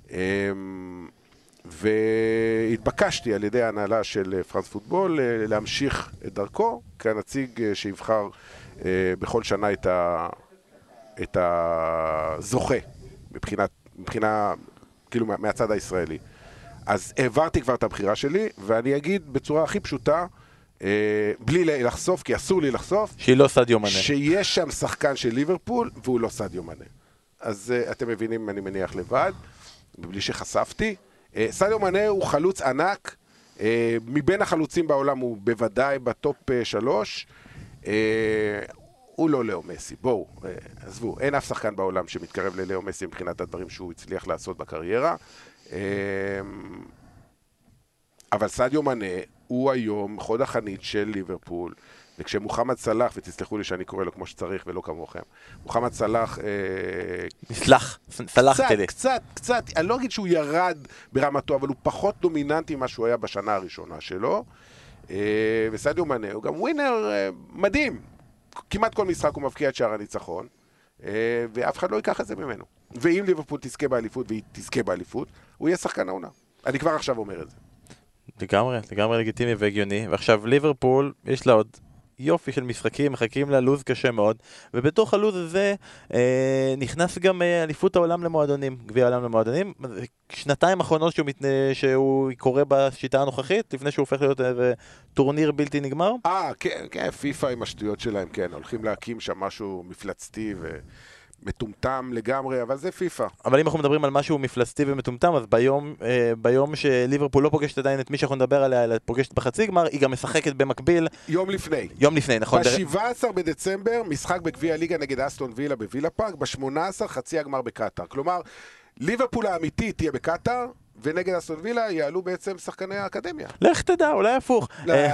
Speaker 3: והתבקשתי על ידי ההנהלה של פרנס פוטבול להמשיך את דרכו, כנציג שיבחר בכל שנה את, ה... את הזוכה, מבחינת, מבחינה, כאילו מהצד הישראלי. אז העברתי כבר את הבחירה שלי, ואני אגיד בצורה הכי פשוטה, אה, בלי לחשוף, כי אסור לי לחשוף,
Speaker 1: שהיא לא סאדיו מנה.
Speaker 3: שיש שם שחקן של ליברפול, והוא לא סאדיו מנה. אז אה, אתם מבינים, אני מניח לבד, בלי שחשפתי. אה, סאדיו מנה הוא חלוץ ענק, אה, מבין החלוצים בעולם הוא בוודאי בטופ אה, שלוש, אה, הוא לא לאו מסי, בואו, אה, עזבו, אין אף שחקן בעולם שמתקרב ללאו מסי מבחינת הדברים שהוא הצליח לעשות בקריירה, אבל סדיו מנה הוא היום חוד החנית של ליברפול, וכשמוחמד סלאח, ותסלחו לי שאני קורא לו כמו שצריך ולא כמוכם, מוחמד סלאח...
Speaker 1: נסלח, סלחתי לי.
Speaker 3: קצת, קצת, אני לא אגיד שהוא ירד ברמתו, אבל הוא פחות דומיננטי ממה שהוא היה בשנה הראשונה שלו, וסדיו מנה הוא גם ווינר מדהים. כמעט כל משחק הוא מבקיע את שער הניצחון, ואף אחד לא ייקח את זה ממנו. ואם ליברפול תזכה באליפות, והיא תזכה באליפות, הוא יהיה שחקן העונה. אני כבר עכשיו אומר את זה.
Speaker 1: לגמרי, לגמרי לגיטימי והגיוני. ועכשיו ליברפול, יש לה עוד יופי של משחקים, מחכים לה לוז קשה מאוד, ובתוך הלוז הזה אה, נכנס גם אה, אליפות העולם למועדונים, גביע העולם למועדונים, שנתיים אחרונות שהוא, מתנה, שהוא קורא בשיטה הנוכחית, לפני שהוא הופך להיות איזה טורניר בלתי נגמר.
Speaker 3: אה, כן, כן, פיפה עם השטויות שלהם, כן, הולכים להקים שם משהו מפלצתי ו... מטומטם לגמרי, אבל זה פיפה.
Speaker 1: אבל אם אנחנו מדברים על משהו מפלצתי ומטומטם, אז ביום, אה, ביום שליברפול לא פוגשת עדיין את מי שאנחנו נדבר עליה, אלא פוגשת בחצי גמר, היא גם משחקת במקביל.
Speaker 3: יום לפני.
Speaker 1: יום לפני, נכון.
Speaker 3: ב-שבעה עשר בדצמבר, משחק בגביע הליגה נגד אסטון וילה בווילה פארק, ב-שמונה עשר חצי הגמר בקטר. כלומר, ליברפול האמיתית תהיה בקטר, ונגד אסטון וילה יעלו בעצם שחקני האקדמיה.
Speaker 1: לך תדע, אולי הפוך.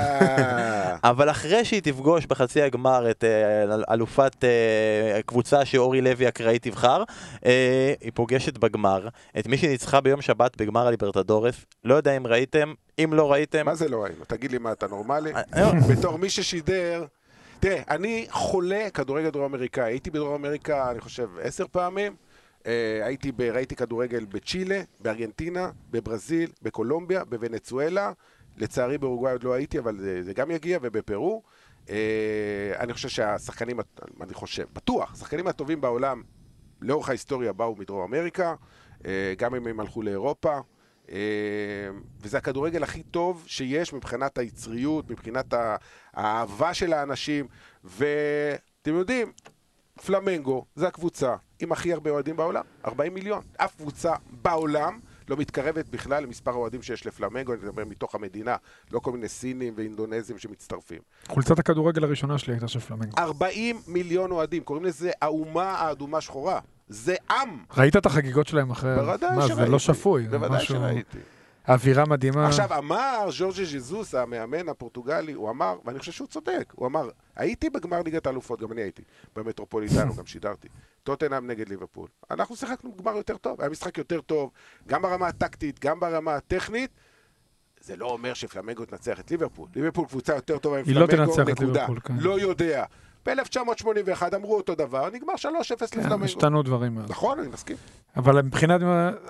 Speaker 1: אבל אחרי שהיא תפגוש בחצי הגמר את אלופת קבוצה שאורי לוי אקראי תבחר, היא פוגשת בגמר את מי שניצחה ביום שבת בגמר הליברטדורס. לא יודע אם ראיתם, אם לא ראיתם...
Speaker 3: מה זה לא ראיתם? תגיד לי מה, אתה נורמלי? בתור מי ששידר... תראה, אני חולה כדורגל דרום אמריקאי. הייתי בדרום אמריקה, אני חושב, עשר פעמים. הייתי, ראיתי כדורגל בצ'ילה, בארגנטינה, בברזיל, בקולומביה, בוונצואלה, לצערי באורוגוואי עוד לא הייתי, אבל זה, זה גם יגיע, ובפרו. אני חושב שהשחקנים, אני חושב, בטוח, השחקנים הטובים בעולם לאורך ההיסטוריה באו מדרום אמריקה, גם אם הם הלכו לאירופה, וזה הכדורגל הכי טוב שיש מבחינת היצריות, מבחינת האהבה של האנשים, ואתם יודעים, פלמנגו, זה הקבוצה עם הכי הרבה אוהדים בעולם, ארבעים מיליון. אף קבוצה בעולם לא מתקרבת בכלל למספר האוהדים שיש לפלמנגו, אני מדבר מתוך המדינה, לא כל מיני סינים ואינדונזים שמצטרפים.
Speaker 2: חולצת הכדורגל הראשונה שלי הייתה של פלמנגו.
Speaker 3: ארבעים מיליון אוהדים, קוראים לזה האומה האדומה שחורה. זה עם.
Speaker 2: ראית את החגיגות שלהם אחרי...
Speaker 3: בוודאי
Speaker 2: מה,
Speaker 3: שראיתי.
Speaker 2: זה לא שפוי.
Speaker 3: בוודאי משהו... שראיתי.
Speaker 2: אווירה מדהימה.
Speaker 3: עכשיו, אמר ז'ורג'ה ז'זוס, המאמן הפורטוגלי, הוא אמר, ואני חושב שהוא צודק, הוא אמר, הייתי בגמר ליגת האלופות, גם אני הייתי, במטרופוליטנו, גם שידרתי, טוטנהאם נגד ליברפול. אנחנו שיחקנו גמר יותר טוב, היה משחק יותר טוב, גם ברמה הטקטית, גם ברמה הטכנית. זה לא אומר שפלמנגו תנצח את ליברפול. ליברפול קבוצה יותר טובה עם פלמנגו, נקודה. לא יודע. ב-אלף תשע מאות שמונים ואחת אמרו אותו דבר, נגמר שלוש אפס לפלמנגו.
Speaker 2: השתנו דברים.
Speaker 3: נכון, אני מסכים.
Speaker 2: אבל מבחינת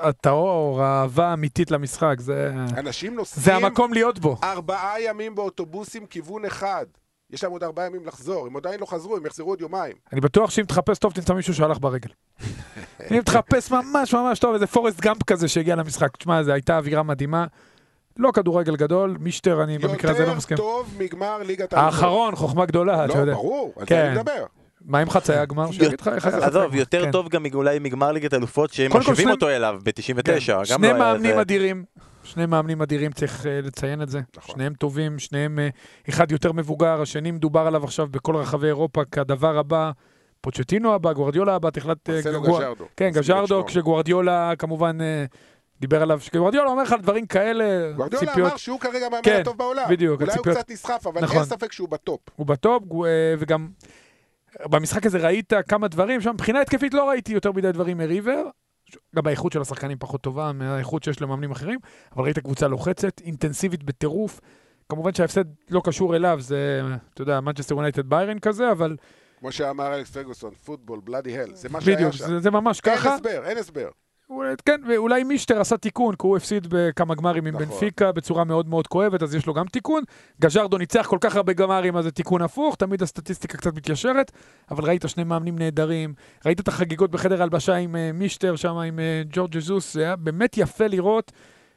Speaker 2: הטהור, האהבה האמיתית למשחק, זה...
Speaker 3: אנשים נוסעים...
Speaker 2: זה המקום להיות בו.
Speaker 3: ארבעה ימים באוטובוסים כיוון אחד. יש להם עוד ארבעה ימים לחזור. הם עדיין לא חזרו, הם יחזרו עוד יומיים.
Speaker 2: אני בטוח שאם תחפש טוב, תמצא מישהו שהלך ברגל. אם תחפש ממש ממש טוב, איזה פורסט גאמפ כזה שהגיע למשחק. תשמע, זו הייתה אווירה מדהימה. לא כדורגל גדול, מישטר, אני במקרה הזה לא מסכים.
Speaker 3: יותר טוב מגמר ליגת האלופות.
Speaker 2: האחרון, חוכמה גדולה, אתה יודע.
Speaker 3: לא, ברור, על זה אני מדבר.
Speaker 2: מה עם חצאי הגמר?
Speaker 1: עזוב, יותר טוב גם אולי מגמר ליגת האלופות שהם משווים אותו אליו ב-תשעים ותשע.
Speaker 2: שני מאמנים אדירים, שני מאמנים אדירים, צריך לציין את זה. שניהם טובים, שניהם, אחד יותר מבוגר, השני מדובר עליו עכשיו בכל רחבי אירופה כדבר הבא. פוצ'טינו הבא, גוארדיולה הבא, תחלט... כן, גז'רדו, כשגוארדיולה כמובן... דיבר עליו, שגוארדיולה אומר לך דברים כאלה,
Speaker 3: גוארדיולה אמר שהוא כרגע מאמן הטוב בעולם.
Speaker 2: בדיוק,
Speaker 3: אולי הוא קצת נסחף, אבל אין ספק שהוא בטופ.
Speaker 2: הוא בטופ, וגם במשחק הזה ראית כמה דברים, שם מבחינה התקפית לא ראיתי יותר מדי דברים מריבר, גם האיכות של השחקנים פחות טובה, מהאיכות שיש למאמנים אחרים, אבל ראית קבוצה לוחצת, אינטנסיבית בטירוף, כמובן שההפסד לא קשור אליו, זה, אתה יודע, מנצ'סטר יונייטד ביירן כזה, אבל...
Speaker 3: כמו שאמר אלכס פרגוסון, פוטבול, בלאדי הל, זה מה שהיה שם.
Speaker 2: בדיוק, זה ממש ככה.
Speaker 3: אין הסבר, אין הסבר.
Speaker 2: כן, ואולי מישטר עשה תיקון, כי הוא הפסיד בכמה גמרים עם בנפיקה בצורה מאוד מאוד כואבת, אז יש לו גם תיקון. גז'רדו ניצח כל כך הרבה גמרים, אז זה תיקון הפוך, תמיד הסטטיסטיקה קצת מתיישרת, אבל ראית שני מאמנים נהדרים, ראית את החגיגות בחדר הלבשה עם מישטר, שם עם ג'ורג' ז'זוס, זה היה באמת יפה לראות,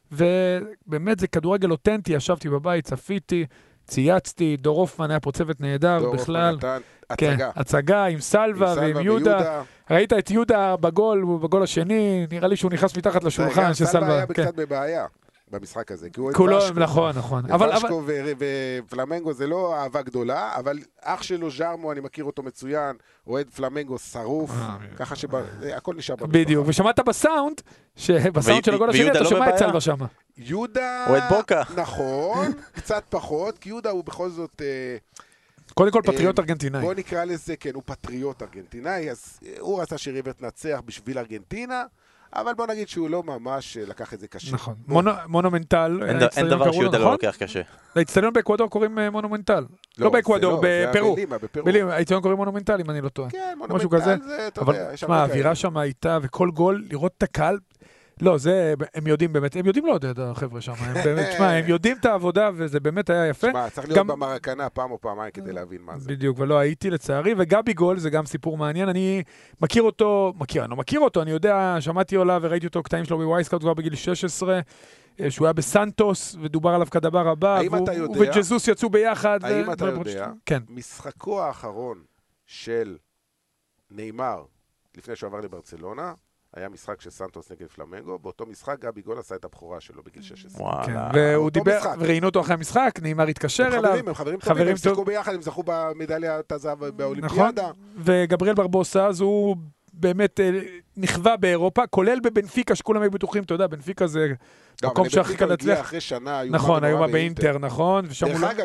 Speaker 2: ובאמת זה כדורגל אותנטי, ישבתי בבית, צפיתי, צייצתי, דור הופמן היה פה צוות נהדר בכלל. כן, הצגה עם סלווה ועם יהודה. ראית את יהודה בגול, בגול השני, נראה לי שהוא נכנס מתחת לשולחן.
Speaker 3: סלווה היה קצת בבעיה. במשחק הזה, כי הוא
Speaker 2: כולו,
Speaker 3: את ושקו.
Speaker 2: נכון, נכון.
Speaker 3: ושקו ופלמנגו זה לא אהבה גדולה, אבל אח שלו ז'רמו, אני מכיר אותו מצוין, אוהד פלמנגו שרוף, ככה שהכל נשאר במשפחה.
Speaker 2: בדיוק, ושמעת בסאונד, שבסאונד של הגול השני אתה שומע את סלווה שמה.
Speaker 3: יהודה,
Speaker 1: אוהד בוקה.
Speaker 3: נכון, קצת פחות, כי יהודה הוא בכל זאת...
Speaker 2: קודם כל פטריוט ארגנטינאי.
Speaker 3: בוא נקרא לזה, כן, הוא פטריוט ארגנטינאי, אז הוא רצה שריבר תנצח בשביל ארגנטינה, אבל בוא נגיד שהוא לא ממש לקח את זה קשה.
Speaker 2: נכון, מונומנטל.
Speaker 1: אין דבר שיהודה לא לוקח קשה.
Speaker 2: לאצטדיון באקוודור קוראים מונומנטל. לא באקוודור, בפרו. האצטדיון קוראים מונומנטל, אם אני לא טועה.
Speaker 3: כן, מונומנטל זה, אתה יודע,
Speaker 2: יש שם כאלה. האווירה שם הייתה, וכל גול, לראות את הקהל, לא, זה, הם יודעים באמת, הם יודעים לעודד, החבר'ה שם, הם באמת, שמה, הם יודעים את העבודה, וזה באמת היה יפה.
Speaker 3: שמה, צריך להיות במרקנה פעם או פעמיים כדי להבין מה זה.
Speaker 2: בדיוק, ולא הייתי לצערי, וגבי גול זה גם סיפור מעניין, אני מכיר אותו, מכיר, אני לא מכיר אותו, אני יודע, שמעתי עולה וראיתי אותו קטעים שלו בווייסקאוט כבר בגיל שש עשרה, שהוא היה בסנטוס, ודובר עליו כדבר הבא,
Speaker 3: האם אתה יודע,
Speaker 2: וג'זוס יצאו ביחד.
Speaker 3: האם אתה יודע, משחקו האחרון של ניימר, לפני שהוא עבר לברצלונה, היה משחק של סנטוס נגד פלמנגו, באותו משחק גבי גול עשה את הבחורה שלו בגיל שש עשרה.
Speaker 2: והוא דיבר, וראינו אותו אחרי המשחק, ניימר התקשר אליו.
Speaker 3: הם חברים טובים, הם שיחקו ביחד, הם זכו במדליית הזהב באולימפיאדה.
Speaker 2: וגבריאל ברבוסה, אז הוא באמת נכווה באירופה, כולל בבנפיקה, שכולם היו בטוחים, אתה יודע, בנפיקה זה מקום שהכי קל להצליח.
Speaker 3: אחרי שנה,
Speaker 2: נכון, היו באינטר, נכון.
Speaker 3: דרך אגב,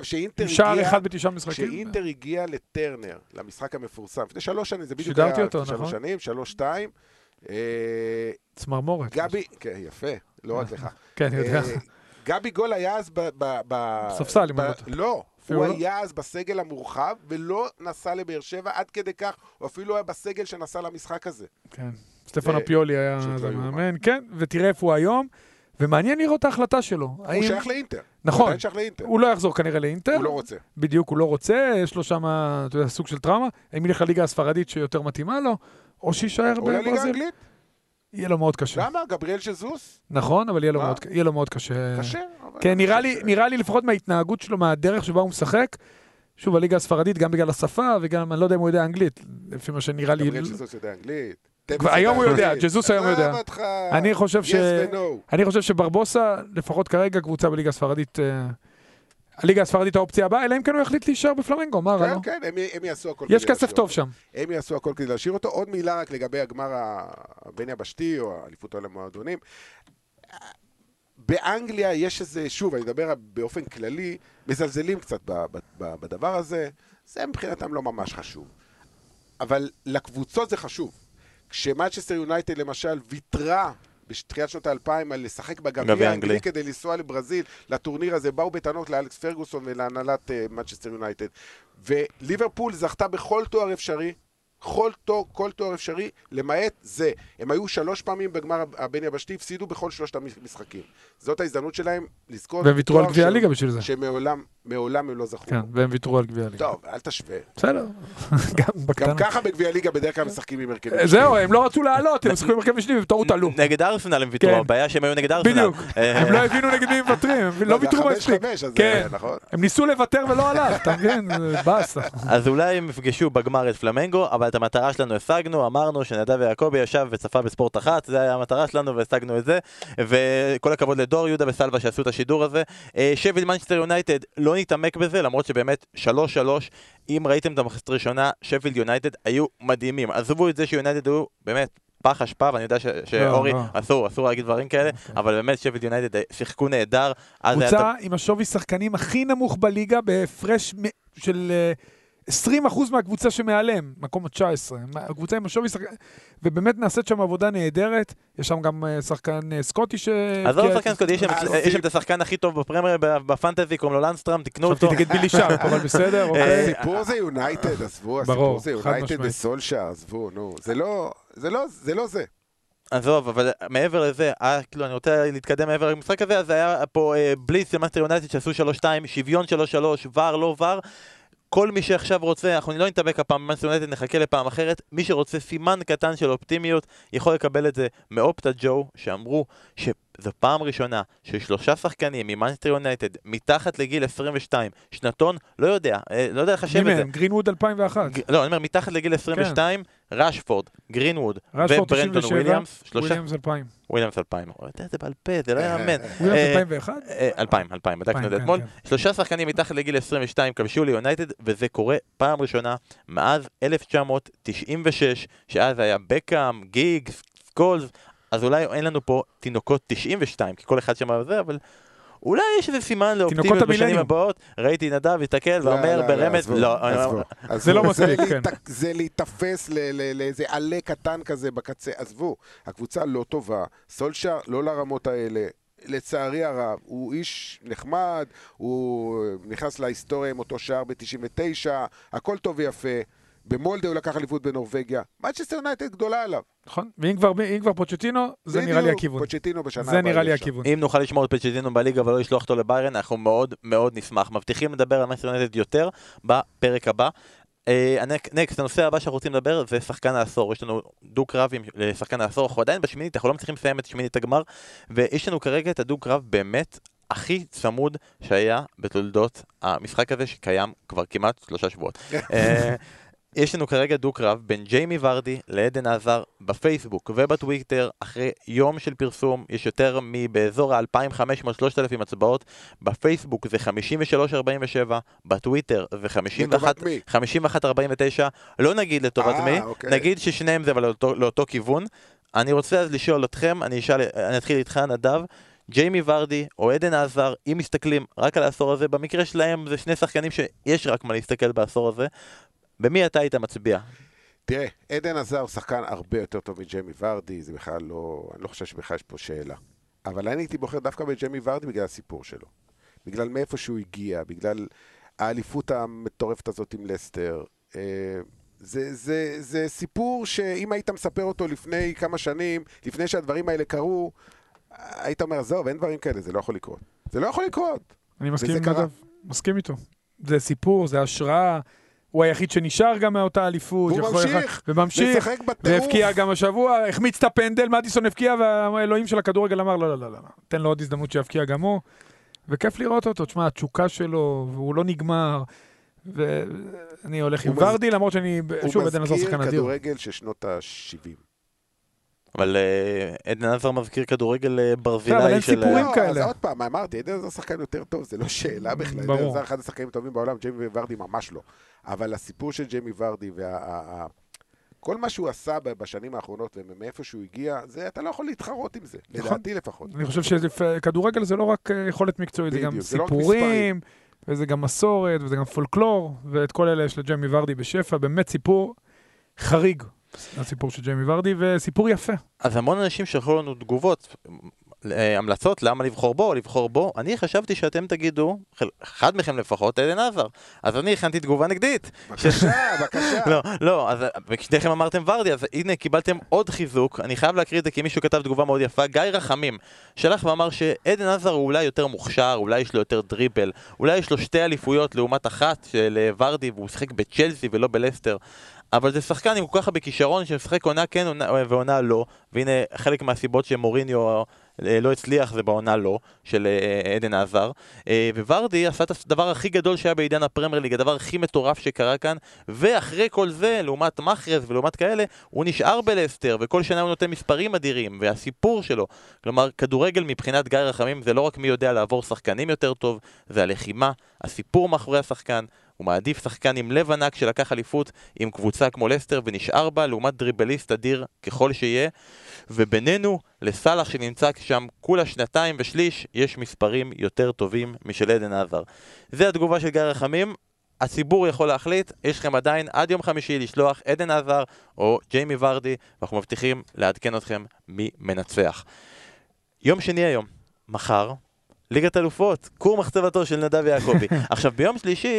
Speaker 3: שאינטר הגיע לטרנר, למשחק המפורסם, לפני שלוש שנים, זה בדיוק היה שלוש שנים, שלוש שתיים.
Speaker 2: צמרמורת.
Speaker 3: גבי, כן, יפה, לא רק לך.
Speaker 2: כן, אני יודע.
Speaker 3: גבי גול היה אז
Speaker 2: בספסל, אם אני לא.
Speaker 3: לא, הוא היה אז בסגל המורחב, ולא נסע לבאר שבע עד כדי כך, הוא אפילו היה בסגל שנסע למשחק הזה.
Speaker 2: כן, סטפנו פיולי היה מאמן, כן, ותראה איפה הוא היום, ומעניין לראות את ההחלטה שלו.
Speaker 3: הוא שייך לאינטר.
Speaker 2: נכון, הוא לא יחזור כנראה לאינטר.
Speaker 3: הוא לא רוצה.
Speaker 2: בדיוק, הוא לא רוצה, יש לו שם סוג של טראומה, האם ילך לליגה הספרדית שיותר מתאימה לו, או שישאר
Speaker 3: בברזיל. או לליגה אנגלית?
Speaker 2: יהיה לו מאוד קשה.
Speaker 3: למה? גבריאל ז'זוס?
Speaker 2: נכון, אבל יהיה לו מאוד קשה.
Speaker 3: קשה?
Speaker 2: כן, נראה לי לפחות מההתנהגות שלו, מהדרך שבה הוא משחק, שוב, הליגה הספרדית, גם בגלל השפה, וגם, אני לא יודע אם הוא יודע אנגלית, לפי מה שנראה לי...
Speaker 3: גבריאל ז'זוס יודע אנגלית.
Speaker 2: היום הוא יודע, ג'זוס היום יודע. אני חושב ש... אני חושב שברבוסה, לפחות כרגע, קבוצה בליגה הספרדית... הליגה הספרדית האופציה הבאה, אלא אם כן הוא יחליט להישאר בפלמנגו, מה רע?
Speaker 3: כן, כן, הם יעשו הכל.
Speaker 2: יש כסף טוב שם.
Speaker 3: הם יעשו הכל כדי להשאיר אותו. עוד מילה רק לגבי הגמר הבין יבשתי, או האליפות העולם המועדונים. באנגליה יש איזה, שוב, אני מדבר באופן כללי, מזלזלים קצת בדבר הזה. זה מבחינתם לא ממש חשוב. אבל לקבוצות זה חשוב. כשמנצ'סטר יונייטד למשל ויתרה בתחילת שנות האלפיים על לשחק בגביע האנגלי כדי לנסוע לברזיל, לטורניר הזה, באו בטענות לאלכס פרגוסון ולהנהלת מנצ'סטר יונייטד. וליברפול זכתה בכל תואר אפשרי, כל תואר, כל תואר אפשרי, למעט זה. הם היו שלוש פעמים בגמר הבין יבשתי, הפסידו בכל שלושת המשחקים. זאת ההזדמנות שלהם לזכות
Speaker 2: והם ויתרו על גביע הליגה בשביל זה.
Speaker 3: שמעולם, מעולם הם לא זכו.
Speaker 2: כן, והם ויתרו על גביע הליגה.
Speaker 3: טוב, אל תשווה.
Speaker 2: בסדר.
Speaker 3: גם ככה בגביע הליגה בדרך כלל משחקים עם הרכב משני.
Speaker 2: זהו, הם לא רצו לעלות, הם שחקו עם הרכב משני ובטעות עלו.
Speaker 1: נגד ארסנל הם ויתרו, הבעיה שהם היו נגד ארסנל.
Speaker 2: בדיוק. הם לא הבינו נגד מי מוותרים, הם לא ויתרו מספיק. כן. הם ניסו לוותר ולא הלך, אתה מבין? באסה.
Speaker 1: אז אולי הם יפגשו בגמר את פלמנגו, אבל את המטרה שלנו השגנו, אמרנו שנדב ויעקבי ישב וצפה בספורט אחת, זה היה המטרה שלנו והשגנו את זה, וכל הכבוד לדור יהודה וסלווה שעשו את השידור הזה. שפילד מנצ'סטר יונייטד, לא נתעמק בזה, למרות שבאמת שלוש שלוש, אם ראיתם את המחצית הראשונה, שפילד יונייטד היו מדהימים. עזבו את זה שיונייטד היו באמת פח אשפה, ואני יודע שאורי אסור, אסור להגיד דברים כאלה, אבל באמת שפילד יונייטד שיחקו נהדר.
Speaker 2: קבוצה עם השווי שחקנים הכי נמוך בליגה, בהפרש של עשרים אחוז מהקבוצה שמעלם, מקום ה-תשע עשרה. הקבוצה עם השווי שחקנים, ובאמת נעשית שם עבודה נהדרת. יש שם גם שחקן סקוטי ש...
Speaker 1: אז לא שחקן סקוטי, יש שם את השחקן הכי טוב בפרמייר, בפנטזי, קוראים לו לנסטרם, תקנו אותו.
Speaker 2: עכשיו תגיד בילי שרפ, אבל בסדר, אוקיי.
Speaker 3: הסיפור זה יונייטד, עזבו, הסיפור זה יונייטד וסולשר, עזבו, נו. זה לא, זה לא, זה לא זה.
Speaker 1: עזוב, אבל מעבר לזה, כאילו אני רוצה להתקדם מעבר למשחק הזה, אז היה פה בליץ למאסטר יונייטד שעשו שלוש שתיים, שוויון שלוש שלוש, ור לא ור. כל מי שעכשיו רוצה, אנחנו לא נתאבק הפעם במאנסטר יונייטד, נחכה לפעם אחרת. מי שרוצה סימן קטן של אופטימיות, יכול לקבל את זה מאופטה ג'ו, שאמרו זו פעם ראשונה ששלושה שחקנים ממנצ'סטר יונייטד מתחת לגיל עשרים ושתיים, שנתון, לא יודע, לא יודע לחשב את זה.
Speaker 2: גרינווד אלפיים ואחת.
Speaker 1: לא, אני אומר, מתחת לגיל עשרים ושתיים, רשפורד, גרינווד, וברנדון וויליאמס,
Speaker 2: וויליאמס אלפיים.
Speaker 1: וויליאמס אלפיים. זה בעל פה, זה לא יאמן.
Speaker 2: וויליאמס אלפיים ואחת?
Speaker 1: אלפיים, אלפיים, בדקנו את זה אתמול. שלושה שחקנים מתחת לגיל עשרים ושתיים כבשו ליונייטד, וזה קורה פעם ראשונה מאז אלף תשע מאות תשעים ושש, שאז היה בקאם, גיגס, סקולס, אז אולי אין לנו פה תינוקות תשעים ושתיים, כי כל אחד שמע בזה, אבל אולי יש איזה סימן לאופטימיות בשנים הבאות. ראיתי נדב יתקל ואומר ברמז, לא,
Speaker 2: זה לא מספיק, כן.
Speaker 3: זה להתאפס לאיזה עלה קטן כזה בקצה, עזבו, הקבוצה לא טובה, סולשר לא לרמות האלה, לצערי הרב, הוא איש נחמד, הוא נכנס להיסטוריה עם אותו שער ב-תשעים ותשע, הכל טוב ויפה, במולדה הוא לקח אליפות בנורווגיה, מנצ'סטר יונייטד גדולה עליו.
Speaker 2: נכון, ואם כבר, אם כבר פוצ'טינו, זה נראה לי הכיוון.
Speaker 3: פוצ'טינו בשנה
Speaker 2: זה נראה לי הכיוון.
Speaker 1: אם נוכל לשמור את פוצ'טינו בליגה ולא לשלוח אותו לביירן, אנחנו מאוד מאוד נשמח. מבטיחים לדבר על מנצ'סטר יונייטד יותר בפרק הבא. נקסט, הנושא הבא שאנחנו רוצים לדבר זה שחקן העשור. יש לנו דו קרבים לשחקן העשור, אנחנו עדיין בשמינית, אנחנו לא מצליחים לסיים את שמינית הגמר, ויש לנו כרגע את הדו קרב באמת הכי צמוד שהיה בתולדות המשחק הזה שקיים כבר כמעט שלושה שבועות. יש לנו כרגע דו קרב בין ג'יימי ורדי לעדן עזר בפייסבוק ובטוויטר. אחרי יום של פרסום יש יותר מבאזור ה-אלפיים וחמש מאות שלושת אלפים הצבעות. בפייסבוק זה חמישים ושלוש ארבעים ושבע, בטוויטר זה חמישים ואחת ארבעים ותשע. לא נגיד לטובת מי, נגיד ששניהם זה אבל לאותו, לאותו כיוון. אני רוצה אז לשאול אתכם, אני, אשאל, אני אתחיל איתך נדב, ג'יימי ורדי או עדן עזר, אם מסתכלים רק על העשור הזה, במקרה שלהם זה שני שחקנים שיש רק מה להסתכל בעשור הזה, במי אתה היית מצביע?
Speaker 3: תראה, עדן עזר הוא שחקן הרבה יותר טוב מג'יימי ורדי, זה בכלל לא, אני לא חושב שבכלל יש פה שאלה. אבל אני הייתי בוחר דווקא בג'יימי ורדי בגלל הסיפור שלו. בגלל מאיפה שהוא הגיע, בגלל האליפות המטורפת הזאת עם לסטר. זה, זה, זה סיפור שאם היית מספר אותו לפני כמה שנים, לפני שהדברים האלה קרו, היית אומר, זהו, אין דברים כאלה, זה לא יכול לקרות. זה לא יכול לקרות.
Speaker 2: אני מסכים עם נדב, מסכים איתו. זה סיפור, זה השראה. הוא היחיד שנשאר גם מאותה אליפות.
Speaker 3: והוא ממשיך,
Speaker 2: וממשיך,
Speaker 3: לשחק בטירוף.
Speaker 2: והפקיע גם השבוע, החמיץ את הפנדל, מדיסון הפקיע, והאלוהים של הכדורגל אמר, לא, לא, לא, לא, תן לו עוד הזדמנות שיפקיע גם הוא, וכיף לראות אותו, תשמע, התשוקה שלו, והוא לא נגמר, ואני הולך עם ורדי, למרות שאני, שוב, עדן עזר שחקן אדיר.
Speaker 3: הוא מזכיר כדורגל של שנות ה-שבעים.
Speaker 1: אבל עדן עזר מזכיר כדורגל ברזילאי
Speaker 2: של... אבל אין סיפורים כאלה.
Speaker 3: אז עוד פעם, אמרתי, עדן עזר שחקן יותר טוב, זה לא שאלה בכלל. עדן עזר אחד השחקנים טובים בעולם, ג'יימי ורדי ממש לא. אבל הסיפור של ג'יימי ורדי וכל מה שהוא עשה בשנים האחרונות ומאיפה שהוא הגיע, זה אתה לא יכול להתחרות עם זה, לדעתי לפחות.
Speaker 2: אני חושב שכדורגל זה לא רק יכולת מקצועית, זה גם סיפורים, וזה גם מסורת, וזה גם פולקלור, ואת כל אלה יש לג'יימי ורדי בשפע, באמת סיפור חריג. הסיפור של ג'יימי ורדי, וסיפור יפה.
Speaker 1: אז המון אנשים שלחו לנו תגובות, המלצות, למה לבחור בו, לבחור בו. אני חשבתי שאתם תגידו, אחד מכם לפחות, עדן עזר. אז אני הכנתי תגובה נגדית.
Speaker 3: בבקשה, בבקשה.
Speaker 1: לא, לא, אז כשניכם אמרתם ורדי, אז הנה, קיבלתם עוד חיזוק. אני חייב להקריא את זה כי מישהו כתב תגובה מאוד יפה. גיא רחמים שלח ואמר שעדן עזר הוא אולי יותר מוכשר, אולי יש לו יותר דריבל, אולי יש לו שתי אליפויות לעומת אחת של ורדי, והוא שחק בצ'לסי ולא בלסטר. אבל זה שחקן עם כל כך בכישרון שמשחק עונה כן ועונה לא, והנה חלק מהסיבות שמוריניו לא הצליח זה בעונה לא, של עדן עזר, וורדי עשה את הדבר הכי גדול שהיה בעידן הפרמייר ליג, הדבר הכי מטורף שקרה כאן, ואחרי כל זה, לעומת מחרז ולעומת כאלה, הוא נשאר בלסטר, וכל שנה הוא נותן מספרים אדירים, והסיפור שלו, כלומר, כדורגל מבחינת גיא רחמים, זה לא רק מי יודע לעבור שחקנים יותר טוב, זה הלחימה, הסיפור מאחורי השחקן, הוא מעדיף שחקן עם לב ענק שלקח אליפות עם קבוצה כמו לסטר ונשאר בה לעומת דריבליסט אדיר ככל שיהיה, ובינינו לסלח שנמצא שם כולה שנתיים ושליש יש מספרים יותר טובים משל עדן עזר. זה התגובה של גיא רחמים. הציבור יכול להחליט, יש לכם עדיין עד יום חמישי לשלוח עדן עזר או ג'יימי ורדי, ואנחנו מבטיחים לעדכן אתכם מי מנצח. יום שני היום, מחר ליגת אלופות, קור מחצבתו של נדב יעקבי. עכשיו ביום שלישי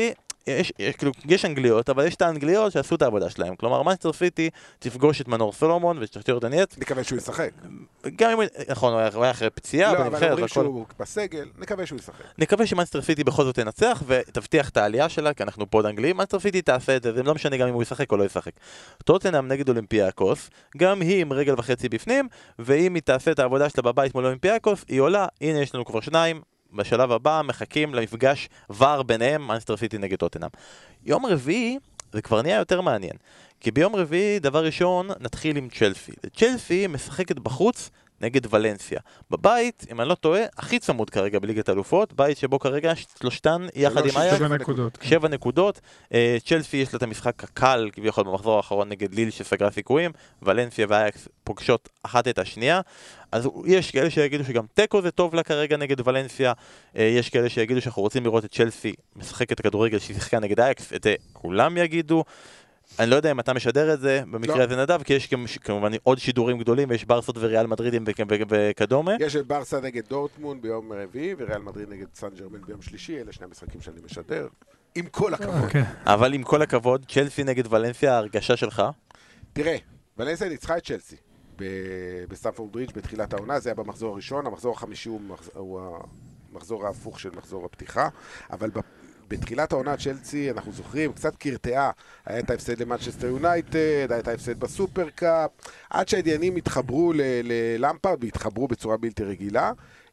Speaker 1: יש, יש, כאילו, יש אנגליות, אבל יש את האנגליות שעשו את העבודה שלהם. כלומר, מנצ'סטר סיטי תפגוש את מנור סולומון ושטרטיר דניאץ.
Speaker 3: נקווה שהוא ישחק.
Speaker 1: גם אם, נכון, הוא היה אחרי פציעה,
Speaker 3: לא, אבל אומרים שהוא בסגל, נקווה שהוא ישחק.
Speaker 1: נקווה שמנצ'סטר סיטי בכל זאת תנצח ותבטיח את העלייה שלה, כי אנחנו פה עוד אנגלים. מנצ'סטר סיטי תעשה את זה, זה לא משנה גם אם הוא ישחק או לא ישחק. טוטנהאם נגד אולימפיאקוס, גם היא עם רגל וחצי בפנים, ואם היא תעשה את העבודה שלה בבית מול אולימפיאקוס, היא עולה. הנה יש לנו כבר שניים. בשלב הבא מחכים למפגש ור ביניהם, מנצ'סטר סיטי נגד טוטנהאם. יום רביעי זה כבר נהיה יותר מעניין, כי ביום רביעי דבר ראשון נתחיל עם צ'לסי. צ'לסי משחקת בחוץ נגד ולנסיה. בבית, אם אני לא טועה, הכי צמוד כרגע בליגת אלופות, בית שבו כרגע שלושתן יחד עם אייקס.
Speaker 2: שבע נקודות.
Speaker 1: שבע נקודות. צ'לסי יש לה את המשחק הקל, כביכול במחזור האחרון נגד ליל שסגרה סיכויים, ולנסיה ואייקס פוגשות אחת את השנייה. אז יש כאלה שיגידו שגם טקו זה טוב לה כרגע נגד ולנסיה, יש כאלה שיגידו שאנחנו רוצים לראות את צ'לסי משחקת את הכדורגל שהיא שיחקה נגד אייקס, את זה כולם יגידו. אני לא יודע אם אתה משדר את זה במקרה הזה נדב, כי יש כמובן עוד שידורים גדולים, ויש ברסות וריאל מדרידים וכדומה.
Speaker 3: יש את ברסה נגד דורטמונד ביום רביעי, וריאל מדריד נגד סן ג'רמן ביום שלישי, אלה שני המשחקים שאני משדר, עם כל הכבוד.
Speaker 1: אבל עם כל הכבוד, צ'לסי נגד ולנסיה, ההרגשה שלך?
Speaker 3: תראה, ולנסיה ניצחה את צ'לסי בסטמפורד ברידג' בתחילת העונה, זה היה במחזור הראשון, המחזור החמישי הוא המחזור ההפוך של מחזור הפתיחה, אבל בתחילת העונה צ'לסי, אנחנו זוכרים, קצת קרטעה, היה את ההפסד למנצ'סטר יונייטד, היה את ההפסד בסופרקאפ, עד שהעניינים התחברו ללמפרד והתחברו בצורה בלתי רגילה.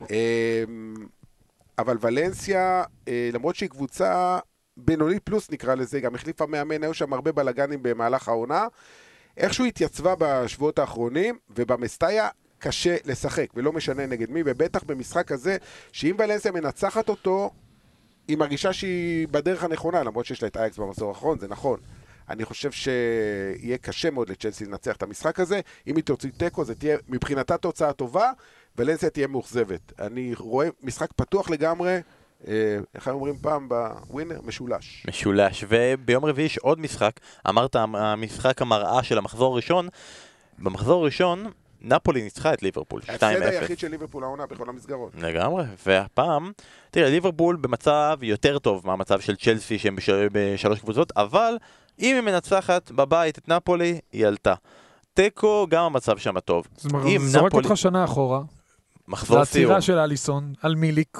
Speaker 3: אבל ולנסיה, למרות שהיא קבוצה בינונית פלוס נקרא לזה, גם החליפה מאמן, היו שם הרבה בלגנים במהלך העונה, איכשהו התייצבה בשבועות האחרונים, ובמסטאיה קשה לשחק, ולא משנה נגד מי, ובטח במשחק הזה, שאם ולנסיה מנצחת אותו, היא מרגישה שהיא בדרך הנכונה, למרות שיש לה את אייקס במחזור האחרון, זה נכון. אני חושב שיהיה קשה מאוד לצ'לסי לנצח את המשחק הזה. אם היא תוציא טקו, זה תהיה מבחינתה תוצאה טובה, ולנסיה תהיה מאוכזבת. אני רואה משחק פתוח לגמרי, איך אומרים פעם בווינר? משולש.
Speaker 1: משולש, וביום רביעי יש עוד משחק, אמרת המשחק המראה של המחזור הראשון, במחזור הראשון, נפולי ניצחה את ליברפול, שתיים אפס.
Speaker 3: ההפסד היחיד של ליברפול העונה בכל המסגרות.
Speaker 1: לגמרי, והפעם, תראה, ליברפול במצב יותר טוב מהמצב של צ'לסי שהם בשלוש קבוצות, אבל אם היא מנצחת בבית את נפולי, היא עלתה. טקו, גם המצב שם טוב.
Speaker 2: זורק אותך שנה אחורה.
Speaker 1: מחזור סיום.
Speaker 2: והצירה של אליסון על מיליק,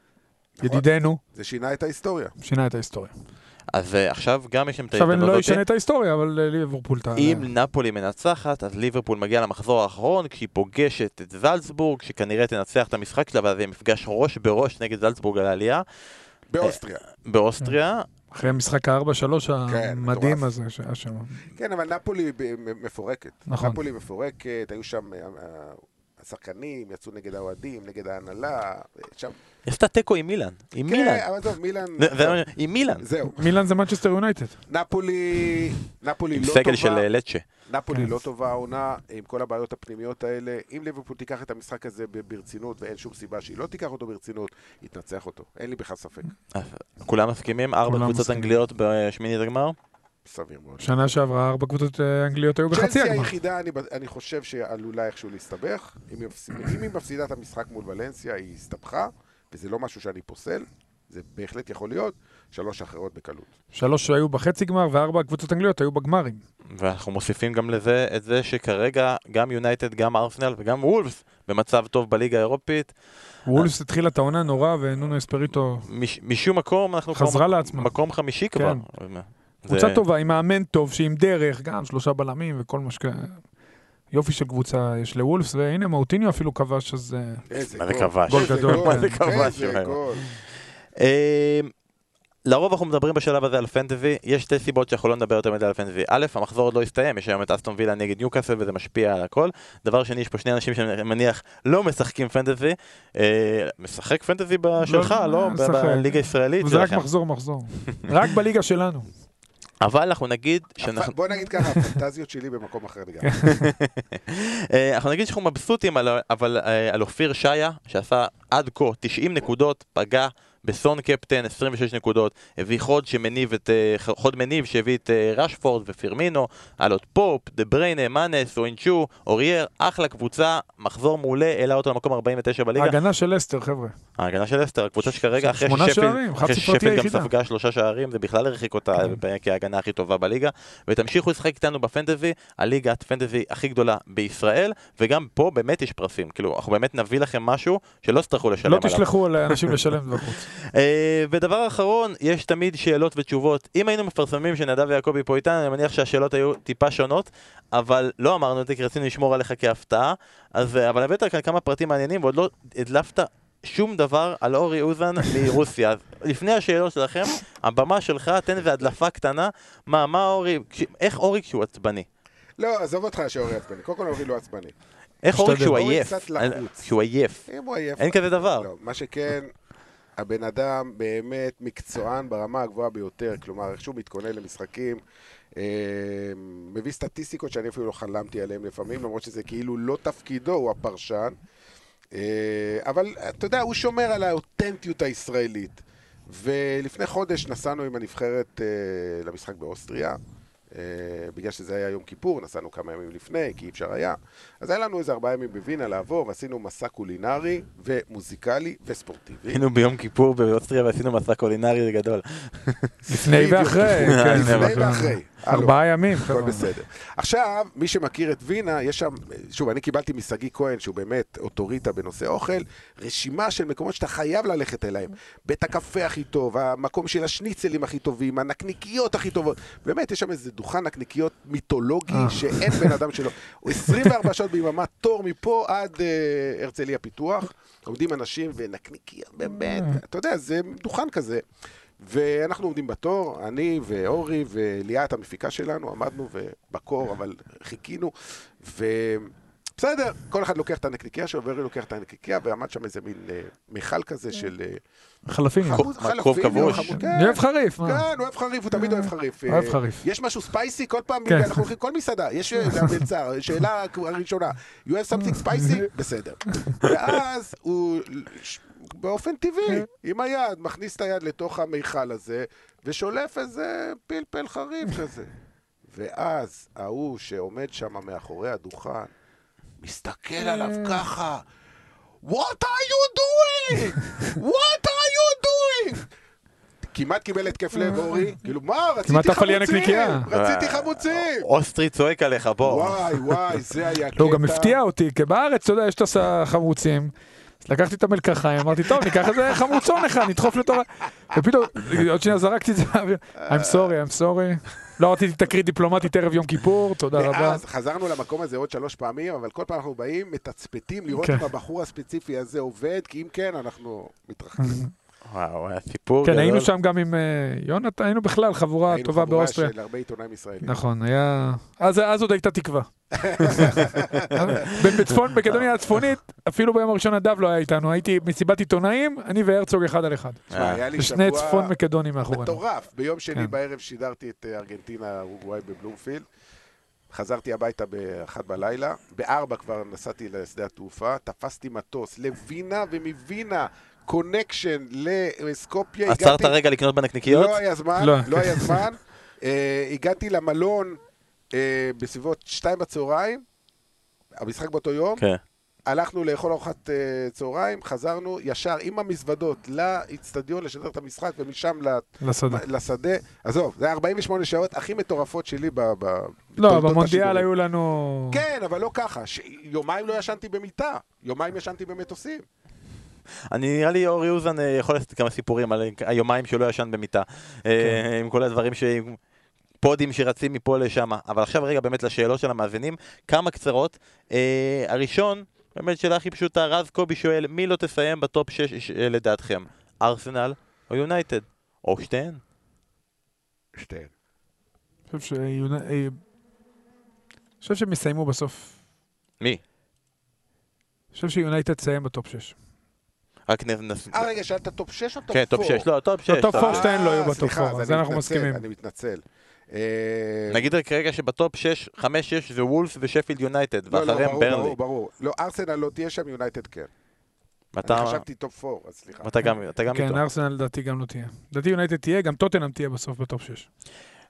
Speaker 2: ידידנו.
Speaker 3: זה שינה את ההיסטוריה.
Speaker 2: שינה את ההיסטוריה.
Speaker 1: אז עכשיו גם יש להם את
Speaker 2: עכשיו אני לא אשנה את ההיסטוריה, אבל ליברפול תעלה.
Speaker 1: אם נפולי מנצחת, אז ליברפול מגיע למחזור האחרון, כשהיא פוגשת את זלצבורג, שכנראה תנצח את המשחק שלה, ואז זה מפגש ראש בראש נגד זלצבורג על העלייה.
Speaker 3: באוסטריה.
Speaker 1: באוסטריה.
Speaker 2: אחרי המשחק ה-ארבע שלוש המדהים הזה שהיה שם.
Speaker 3: כן, אבל נפולי מפורקת.
Speaker 2: נכון.
Speaker 3: נפולי מפורקת, היו שם השחקנים, יצאו נגד האוהדים, נגד ההנהלה, שם...
Speaker 1: עשתה טקו עם מילאן, עם מילאן.
Speaker 3: כן, אבל טוב, מילאן...
Speaker 1: עם מילאן.
Speaker 3: זהו.
Speaker 2: מילאן זה מנצ'סטר יונייטד.
Speaker 3: נפולי, נפולי לא
Speaker 1: עם
Speaker 3: טובה.
Speaker 1: סגל של לצ'ה.
Speaker 3: נפולי לא טובה העונה, עם כל הבעיות הפנימיות האלה. אם ליברפול תיקח את המשחק הזה ברצינות, ואין שום סיבה שהיא לא תיקח אותו ברצינות, היא תנצח אותו. אין לי בכלל ספק.
Speaker 1: כולם מסכימים? ארבע קבוצות אנגליות בשמינית הגמר?
Speaker 3: סביר מאוד.
Speaker 2: שנה שעברה, ארבע קבוצות אנגליות היו בחצי הגמר.
Speaker 3: צ'לסי היחידה, אני, אני חושב שעלולה איכשהו להסתבך. אם היא, אם היא מפסידה את המשחק מול ולנסיה, היא הסתבכה, וזה לא משהו שאני פוסל. זה בהחלט יכול להיות. שלוש אחרות בקלות.
Speaker 2: שלוש שהיו בחצי גמר, וארבע קבוצות אנגליות היו בגמרים.
Speaker 1: ואנחנו מוסיפים גם לזה את זה שכרגע גם יונייטד, גם ארסנל וגם וולפס במצב טוב בליגה האירופית.
Speaker 2: וולפס התחילה את העונה נורא, ונונו אספריטו
Speaker 1: משום מקום אנחנו
Speaker 2: חזרה לעצמה.
Speaker 1: מקום חמישי כבר.
Speaker 2: קבוצה טובה, עם מאמן טוב, שעם דרך, גם שלושה בלמים וכל מה שכ... יופי של קבוצה יש לוולפס, והנה מאוטיניו אפילו כבש, אז...
Speaker 1: מה זה כבש?
Speaker 2: גול גדול.
Speaker 1: מה זה כבש? לרוב אנחנו מדברים בשלב הזה על פנטזי, יש שתי סיבות שאנחנו לא נדבר יותר מדי על פנטזי. א', המחזור עוד לא הסתיים, יש היום את אסטון וילה נגד ניוקאסל וזה משפיע על הכל. דבר שני, יש פה שני אנשים שמניח לא משחקים פנטזי, משחק פנטזי שלך, לא? בליגה הישראלית.
Speaker 2: זה רק מחזור מחזור, רק בליגה שלנו.
Speaker 1: אבל אנחנו נגיד...
Speaker 3: בוא נגיד ככה, הפנטזיות שלי במקום אחר לגמרי.
Speaker 1: אנחנו נגיד שאנחנו מבסוטים על אופיר שיה, שעשה עד כה תשעים נקודות, פגע בסון קפטן עשרים ושש נקודות, הביא חוד שמניב את חוד מניב שהביא את רשפורד ופירמינו, על עוד פופ, דה בריינה, מאנס, אוינצ'ו, אורייר, אחלה קבוצה, מחזור מעולה, העלה אותו למקום ארבעים ותשע בליגה.
Speaker 2: ההגנה של אסטר, חבר'ה.
Speaker 1: ההגנה של אסטר, הקבוצה שכרגע אחרי
Speaker 2: ששפל
Speaker 1: גם ספגה שלושה שערים, זה בכלל הרחיק אותה כהגנה הכי טובה בליגה, ותמשיכו לשחק איתנו בפנטזי, הליגת פנטזי הכי גדולה בישראל, וגם פה באמת יש פרסים, כאילו, אנחנו באמת נביא לכם משהו שלא תצטרכו לשלם עליו.
Speaker 2: לא תשלחו לאנשים לשלם בחוץ.
Speaker 1: ודבר אחרון, יש תמיד שאלות ותשובות. אם היינו מפרסמים שנדב ויעקבי פה איתנו, אני מניח שהשאלות היו טיפה שונות, אבל לא אמרנו את זה, כי רצינו לשמור עליך כהפתעה, אז, אבל הבאת כאן כמה פרטים מעניינים, ועוד לא הדלפת שום דבר על אורי אוזן מרוסיה. לפני השאלות שלכם, הבמה שלך, תן איזה הדלפה קטנה, מה, מה אורי, איך אורי כשהוא עצבני?
Speaker 3: לא, עזוב אותך שאורי עצבני, קודם כל אורי לא עצבני.
Speaker 1: איך אורי כשהוא עייף? כשהוא עייף. אין כזה דבר.
Speaker 3: לא, מה שכן, הבן אדם באמת מקצוען ברמה הגבוהה ביותר, כלומר, איך שהוא מתכונן למשחקים, מביא סטטיסטיקות שאני אפילו לא חלמתי עליהם לפעמים, למרות שזה כאילו לא תפקידו, הוא הפרשן. אבל אתה יודע, הוא שומר על האותנטיות הישראלית. ולפני חודש נסענו עם הנבחרת למשחק באוסטריה, בגלל שזה היה יום כיפור, נסענו כמה ימים לפני, כי אי אפשר היה. אז היה לנו איזה ארבעה ימים בווינה לעבור, ועשינו מסע קולינרי ומוזיקלי וספורטיבי.
Speaker 1: היינו ביום כיפור באוסטריה ועשינו מסע קולינרי, זה גדול.
Speaker 2: לפני ואחרי.
Speaker 3: לפני ואחרי.
Speaker 2: ארבעה ימים.
Speaker 3: הכל בסדר. עכשיו, מי שמכיר את וינה, יש שם, שוב, אני קיבלתי מסגי כהן, שהוא באמת אוטוריטה בנושא אוכל, רשימה של מקומות שאתה חייב ללכת אליהם. בית הקפה הכי טוב, המקום של השניצלים הכי טובים, הנקניקיות הכי טובות. באמת, יש שם איזה דוכן נקניקיות מיתולוגי, שאין בן אדם שלו. הוא עשרים וארבע שעות ביממה, תור מפה עד הרצליה פיתוח. עומדים אנשים ונקניקיות, באמת, אתה יודע, זה דוכן כזה. ואנחנו עומדים בתור, אני ואורי וליאת המפיקה שלנו, עמדנו בקור, אבל חיכינו, ובסדר, כל אחד לוקח את הנקניקיה שלו, ואורי לוקח את הנקניקיה, ועמד שם איזה מין מיכל כזה של...
Speaker 2: חלפים.
Speaker 1: קוף כבוש.
Speaker 2: אני אוהב חריף.
Speaker 3: כן, הוא אוהב חריף, הוא תמיד אוהב חריף.
Speaker 2: אוהב חריף.
Speaker 3: יש משהו ספייסי? כל פעם, אנחנו הולכים, כל מסעדה, יש מלצר, שאלה הראשונה, you have something spicy? בסדר. ואז הוא... באופן טבעי, עם היד, מכניס את היד לתוך המיכל הזה, ושולף איזה פלפל חריף כזה. ואז ההוא שעומד שם מאחורי הדוכן, מסתכל עליו ככה, What are you doing? What are you doing? כמעט קיבל התקף לב, אורי. כאילו, מה? רציתי חמוצים! רציתי חמוצים!
Speaker 1: אוסטרי צועק עליך, בוא.
Speaker 3: וואי, וואי, זה היה קטע.
Speaker 2: לא, גם הפתיע אותי, כי בארץ, אתה יודע, יש את החמוצים. אז לקחתי את המלקחיים, אמרתי, טוב, ניקח איזה חמוצון אחד, נדחוף לתורה. ופתאום, עוד שנייה זרקתי את זה, I'm sorry, I'm sorry. לא רציתי תקרית דיפלומטית ערב יום כיפור, תודה רבה.
Speaker 3: ואז חזרנו למקום הזה עוד שלוש פעמים, אבל כל פעם אנחנו באים, מתצפתים, לראות אם הבחור הספציפי הזה עובד, כי אם כן, אנחנו מתרחקים.
Speaker 1: וואו, היה סיפור גדול.
Speaker 2: כן, היינו שם גם עם יונתן, היינו בכלל חבורה טובה באוסטריה.
Speaker 3: היינו חבורה של הרבה עיתונאים ישראלים.
Speaker 2: נכון, היה... אז עוד הייתה תקווה. בצפון, בקדוניה הצפונית, אפילו ביום הראשון נדב לא היה איתנו, הייתי מסיבת עיתונאים, אני והרצוג אחד על אחד. ושני צפון מקדונים מאחורינו.
Speaker 3: מטורף, ביום שני בערב שידרתי את ארגנטינה אורוגוואי בבלומפילד, חזרתי הביתה באחת בלילה, בארבע כבר נסעתי לשדה התעופה, תפסתי מטוס לווינה ומווינה, קונקשן לסקופיה.
Speaker 1: עצרת רגע לקנות בנקניקיות?
Speaker 3: לא היה זמן, לא היה זמן. הגעתי למלון בסביבות שתיים בצהריים, המשחק באותו יום, הלכנו לאכול ארוחת צהריים, חזרנו ישר עם המזוודות לאצטדיון לשדר את המשחק ומשם לשדה. עזוב, זה היה ארבעים ושמונה שעות הכי מטורפות שלי בתולדות
Speaker 2: לא, במונדיאל היו לנו...
Speaker 3: כן, אבל לא ככה, יומיים לא ישנתי במיטה, יומיים ישנתי במטוסים.
Speaker 1: אני נראה לי אורי אוזן יכול לעשות כמה סיפורים על היומיים שלא ישן במיטה, עם כל הדברים ש... פודים שרצים מפה לשם. אבל עכשיו רגע באמת לשאלות של המאזינים, כמה קצרות. אה, הראשון, באמת שאלה הכי פשוטה, רז קובי שואל, מי לא תסיים בטופ שש לדעתכם? ארסנל או יונייטד? או שתיהן?
Speaker 3: שתיהן.
Speaker 2: אני חושב שיונייטד... אני חושב שהם יסיימו בסוף.
Speaker 1: מי?
Speaker 2: אני חושב שיונייטד תסיים בטופ שש.
Speaker 1: רק נס...
Speaker 3: אה רגע, שאלת טופ שש או טופ פור?
Speaker 1: כן, טופ שש, לא, טופ שש.
Speaker 2: טופ פור שתיהן לא יהיו בטופ פור, אז אנחנו מסכימים.
Speaker 3: אני מתנצל.
Speaker 1: נגיד רק רגע שבטופ שש, חמש שש זה וולס ושפילד יונייטד, ואחריהם ברנלי.
Speaker 3: ברור, ברור. לא, ארסנל לא תהיה שם, יונייטד כן. אני חשבתי טופ פור, אז סליחה.
Speaker 1: אתה גם איתו.
Speaker 2: כן, ארסנל לדעתי גם לא תהיה. לדעתי יונייטד תהיה, גם טוטנהאם תהיה בסוף בטופ שש.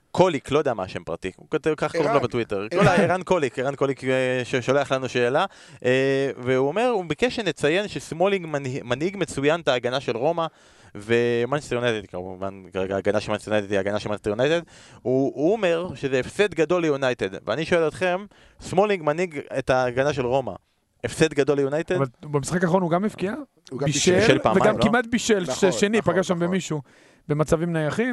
Speaker 1: קוליק, לא יודע מה השם פרטי, הוא כתב כך קוראים לו בטוויטר, ערן קוליק, ערן קוליק ששולח לנו שאלה, והוא אומר, הוא ביקש שנציין שסמולינג מנהיג מצוין את ההגנה של רומא, ומנצ'סטר יונייטד, כמובן, ההגנה של מנצ'סטר יונייטד היא ההגנה של מנצ'סטר יונייטד, הוא אומר שזה הפסד גדול ליונייטד, ואני שואל אתכם, סמולינג מנהיג את ההגנה של רומא, הפסד גדול ליונייטד?
Speaker 2: אבל במשחק האחרון הוא גם הפקיע,
Speaker 1: בישל,
Speaker 2: וגם כמעט בישל, שני, פגש שם במישהו, במצבים נייחים.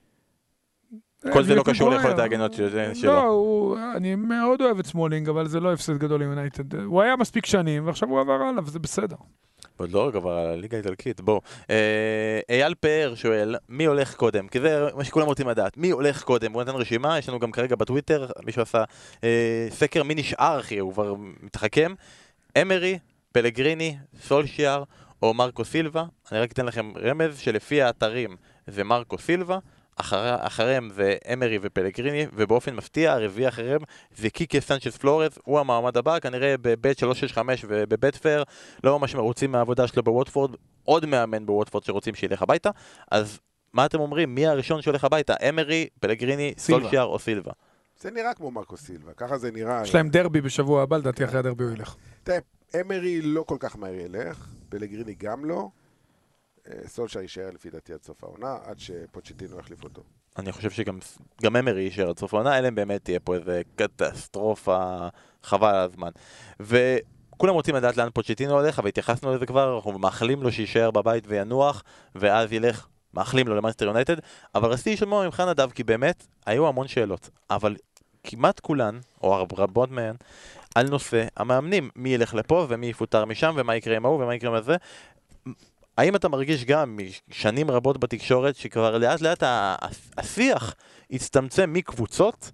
Speaker 1: כל זה לא קשור ליכולת ההגנות שלו.
Speaker 2: לא, אני מאוד אוהב את סמולינג, אבל זה לא הפסד גדול ליונייטד. הוא היה מספיק שנים, ועכשיו הוא עבר עליו, וזה בסדר.
Speaker 1: עוד לא עבר על הליגה האיטלקית, בואו. אייל פאר שואל, מי הולך קודם? כי זה מה שכולם רוצים לדעת. מי הולך קודם? הוא נתן רשימה, יש לנו גם כרגע בטוויטר, מישהו עשה סקר, מי נשאר, אחי, הוא כבר מתחכם. אמרי, פלגריני, סולשיאר או מרקו סילבה. אני רק אתן לכם רמז שלפי האתרים זה מרקו סילבה, אחרי, אחריהם זה אמרי ופלגריני, ובאופן מפתיע, הרביעי אחריהם זה קיקה סנצ'ס פלורס, הוא המעמד הבא, כנראה בבית שלוש שש חמש ובבית פייר, לא ממש מרוצים מהעבודה שלו בווטפורד, עוד מאמן בווטפורד שרוצים שילך הביתה, אז מה אתם אומרים? מי הראשון שהולך הביתה? אמרי, פלגריני, סולשיאר או סילבה?
Speaker 3: זה נראה כמו מרקו סילבה, ככה זה נראה.
Speaker 2: יש להם דרבי בשבוע הבא, לדעתי אחרי הדרבי הוא ילך.
Speaker 3: תראה, אמרי לא כל כך מהר ילך, פלגריני גם לא, סולשייר יישאר לפי דעתי עד סוף העונה, עד שפוצ'טינו יחליף אותו.
Speaker 1: אני חושב שגם גם אמרי יישאר עד סוף העונה, אלא באמת תהיה פה איזה קטסטרופה חבל על הזמן. וכולם רוצים לדעת לאן פוצ'טינו הולך, אבל התייחסנו לזה כבר, אנחנו מאחלים לו שיישאר בבית וינוח, ואז ילך, מאחלים לו למנצ'סטר יונייטד, אבל רציתי לשמוע ממך נדב, כי באמת היו המון שאלות, אבל כמעט כולן, או רבות מהן, על נושא המאמנים, מי ילך לפה ומי יפוטר משם, ומה יקרה עם ההוא ומה יקרה עם זה. האם אתה מרגיש גם משנים רבות בתקשורת שכבר לאט לאט השיח הצטמצם מקבוצות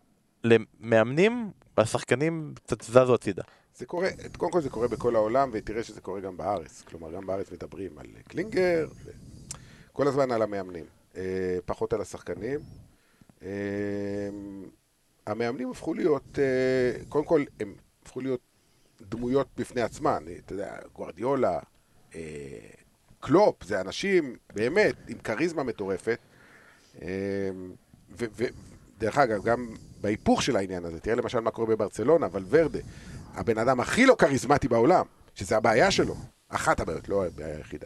Speaker 1: למאמנים והשחקנים קצת זזו הצידה?
Speaker 3: זה קורה, קודם כל זה קורה בכל העולם, ותראה שזה קורה גם בארץ. כלומר, גם בארץ מדברים על קלינגר, כל הזמן על המאמנים, פחות על השחקנים. המאמנים הפכו להיות, קודם כל הם הפכו להיות דמויות בפני עצמן, אתה יודע, גוארדיולה, קלופ, זה אנשים באמת עם קריזמה מטורפת, ודרך אגב, גם בהיפוך של העניין הזה, תראה למשל מה קורה בברצלונה, אבל ורדה, הבן אדם הכי לא קריזמטי בעולם, שזה הבעיה שלו, אחת הבעיות, לא הבעיה היחידה.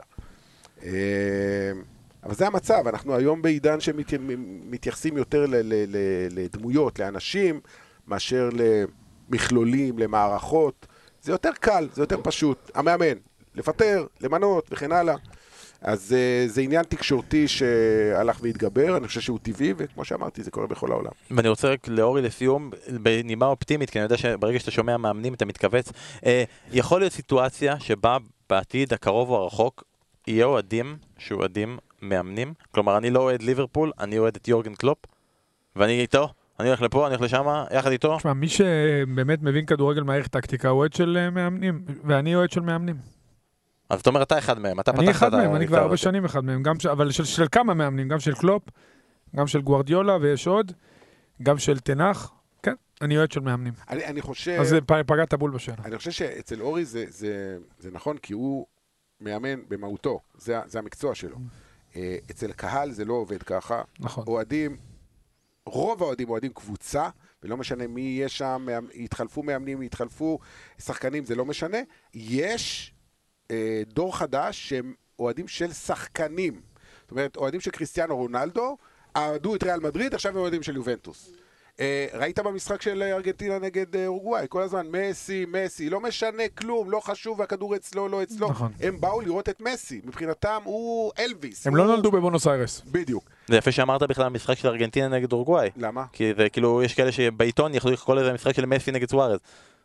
Speaker 3: אבל זה המצב, אנחנו היום בעידן שמתייחסים יותר לדמויות, לאנשים, מאשר למכלולים, למערכות, זה יותר קל, זה יותר פשוט, המאמן. לפטר, למנות וכן הלאה. אז זה עניין תקשורתי שהלך והתגבר, אני חושב שהוא טבעי, וכמו שאמרתי, זה קורה בכל העולם.
Speaker 1: ואני רוצה רק לאורי לסיום, בנימה אופטימית, כי אני יודע שברגע שאתה שומע מאמנים, אתה מתכווץ. יכול להיות סיטואציה שבה בעתיד הקרוב או הרחוק, יהיה אוהדים שאוהדים מאמנים. כלומר, אני לא אוהד ליברפול, אני אוהד את יורגן קלופ, ואני איתו. אני הולך לפה, אני הולך לשם, יחד איתו.
Speaker 2: תשמע, מי שבאמת מבין כדורגל מערכת טקטיקה, הוא אוהד של מאמנים, ואני אוהד של מאמנים.
Speaker 1: אז אתה אומר, אתה אחד מהם, אתה פתחת...
Speaker 2: אני אחד מהם, אני כבר הרבה שנים אחד מהם, אבל של כמה מאמנים, גם של קלופ, גם של גוארדיולה, ויש עוד, גם של תנח, כן, אני אוהד של מאמנים.
Speaker 3: אני חושב...
Speaker 2: אז פגעת בול בשאלה.
Speaker 3: אני חושב שאצל אורי זה נכון, כי הוא מאמן במהותו, זה המקצוע שלו. אצל קהל זה לא עובד ככה.
Speaker 2: נכון.
Speaker 3: אוהדים, רוב האוהדים אוהדים קבוצה, ולא משנה מי יהיה שם, יתחלפו מאמנים, יתחלפו שחקנים, זה לא משנה. יש אה, דור חדש שהם אוהדים של שחקנים. זאת אומרת, אוהדים של קריסטיאנו רונלדו, אוהדו את ריאל מדריד, עכשיו הם אוהדים של יובנטוס. אה, ראית במשחק של ארגנטינה נגד אה, אורוגוואי, כל הזמן, מסי, מסי, לא משנה כלום, לא חשוב, והכדור אצלו, לא אצלו.
Speaker 2: נכון.
Speaker 3: הם באו לראות את מסי, מבחינתם הוא אלוויס.
Speaker 2: הם
Speaker 3: הוא...
Speaker 2: לא נולדו בבונוס איירס.
Speaker 3: בדיוק.
Speaker 1: זה יפה שאמרת בכלל המשחק של ארגנטינה נגד אורוגוואי.
Speaker 3: למה?
Speaker 1: כי זה כאילו, יש כאלה שבעיתון יכלו לקרוא לזה משחק של מסי נגד סוארז.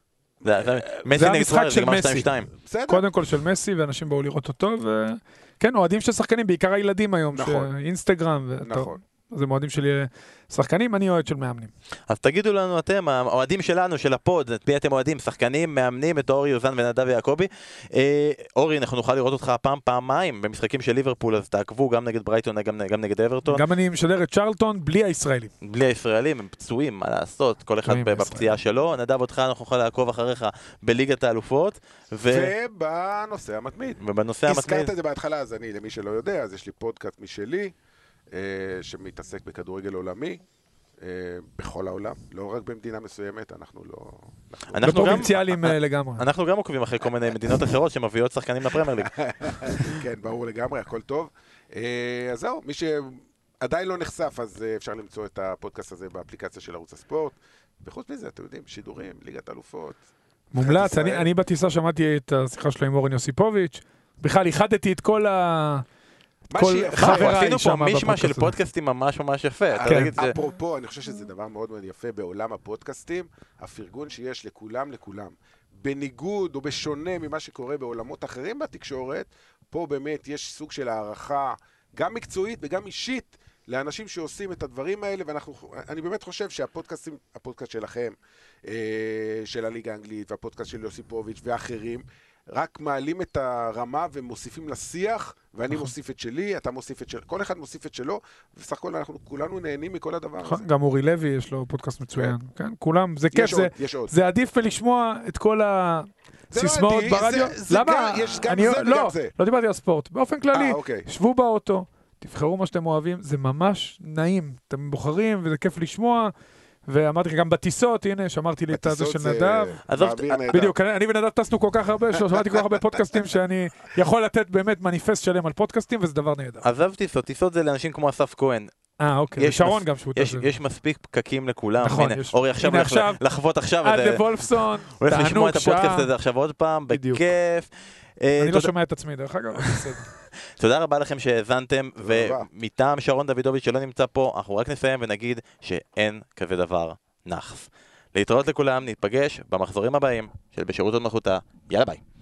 Speaker 2: זה המשחק של מסי.
Speaker 3: בסדר.
Speaker 2: קודם כל של מסי, ואנשים באו לראות אותו, וכן, אוהדים של שחקנים, בעיקר הילדים היום,
Speaker 3: נכון.
Speaker 2: אינסטגרם,
Speaker 3: נכון.
Speaker 2: זה מועדים של שחקנים, אני אוהד של מאמנים.
Speaker 1: אז תגידו לנו אתם, האוהדים שלנו, של הפוד, את מי אתם אוהדים, שחקנים, מאמנים, את אורי יוזן ונדב יעקבי. אה, אורי, אנחנו נוכל לראות אותך פעם, פעמיים במשחקים של ליברפול, אז תעקבו גם נגד ברייטון, גם, גם נגד אברטון.
Speaker 2: גם אני משדר את צ'רלטון בלי הישראלים.
Speaker 1: בלי הישראלים, הם פצועים, מה לעשות, כל אחד בפציעה שלו. נדב אותך, אנחנו נוכל לעקוב אחריך בליגת האלופות. ו...
Speaker 3: ובנושא המתמיד.
Speaker 1: ובנושא המתמיד.
Speaker 3: הזכרת את זה בהתחלה, אז אני, למי שלא יודע, אז יש לי פודקאסט משלי, שמתעסק בכדורגל עולמי, בכל העולם, לא רק במדינה מסוימת, אנחנו לא...
Speaker 2: לא פרובינציאליים לגמרי.
Speaker 1: אנחנו גם עוקבים אחרי כל מיני מדינות אחרות שמביאות שחקנים לפרמייר ליג.
Speaker 3: כן, ברור לגמרי, הכל טוב. אז זהו, מי שעדיין לא נחשף, אז אפשר למצוא את הפודקאסט הזה באפליקציה של ערוץ הספורט. וחוץ מזה, אתם יודעים, שידורים, ליגת אלופות.
Speaker 2: מומלץ, אני בטיסה שמעתי את השיחה שלו עם אורן יוסיפוביץ', בכלל איחדתי את כל ה... כל חבריי שם
Speaker 1: בפודקאסט. מישמה של פודקאסטים ממש ממש יפה.
Speaker 3: אפרופו, אני חושב שזה דבר מאוד מאוד יפה בעולם הפודקאסטים, הפרגון שיש לכולם לכולם. בניגוד או בשונה ממה שקורה בעולמות אחרים בתקשורת, פה באמת יש סוג של הערכה, גם מקצועית וגם אישית, לאנשים שעושים את הדברים האלה, ואני באמת חושב שהפודקאסטים, הפודקאסט שלכם, של הליגה האנגלית, והפודקאסט של יוסיפוביץ' ואחרים, רק מעלים את הרמה ומוסיפים לשיח, ואני מוסיף את שלי, אתה מוסיף את של... כל אחד מוסיף את שלו, ובסך הכל אנחנו כולנו נהנים מכל הדבר הזה.
Speaker 2: גם אורי לוי יש לו פודקאסט מצוין, כן? כולם, זה כיף, זה עדיף מלשמוע את כל הסיסמאות ברדיו. למה? לא, לא דיברתי על ספורט. באופן כללי, שבו באוטו, תבחרו מה שאתם אוהבים, זה ממש נעים. אתם בוחרים וזה כיף לשמוע. ואמרתי לך גם בטיסות, הנה, שמרתי לי את הזה של נדב. בדיוק, אני ונדב טסנו כל כך הרבה, שמעתי כל כך הרבה פודקאסטים שאני יכול לתת באמת מניפסט שלם על פודקאסטים, וזה דבר נהדר.
Speaker 1: עזב טיסות, טיסות זה לאנשים כמו אסף כהן.
Speaker 2: אה, אוקיי, שרון גם שהוא
Speaker 1: טס. יש מספיק פקקים לכולם.
Speaker 2: נכון,
Speaker 1: הנה, אורי עכשיו הולך לחוות עכשיו.
Speaker 2: עד לוולפסון,
Speaker 1: הוא הולך לשמוע את הפודקאסט הזה עכשיו עוד פעם, בכיף.
Speaker 2: אני לא שומע את עצמי, דרך אגב, בסדר.
Speaker 1: תודה רבה לכם שהאזנתם, ומטעם שרון דוידוביץ' שלא נמצא פה, אנחנו רק נסיים ונגיד שאין כזה דבר נחס. להתראות לכולם, נתפגש במחזורים הבאים של בשירות עוד מלכותה. יאללה ביי.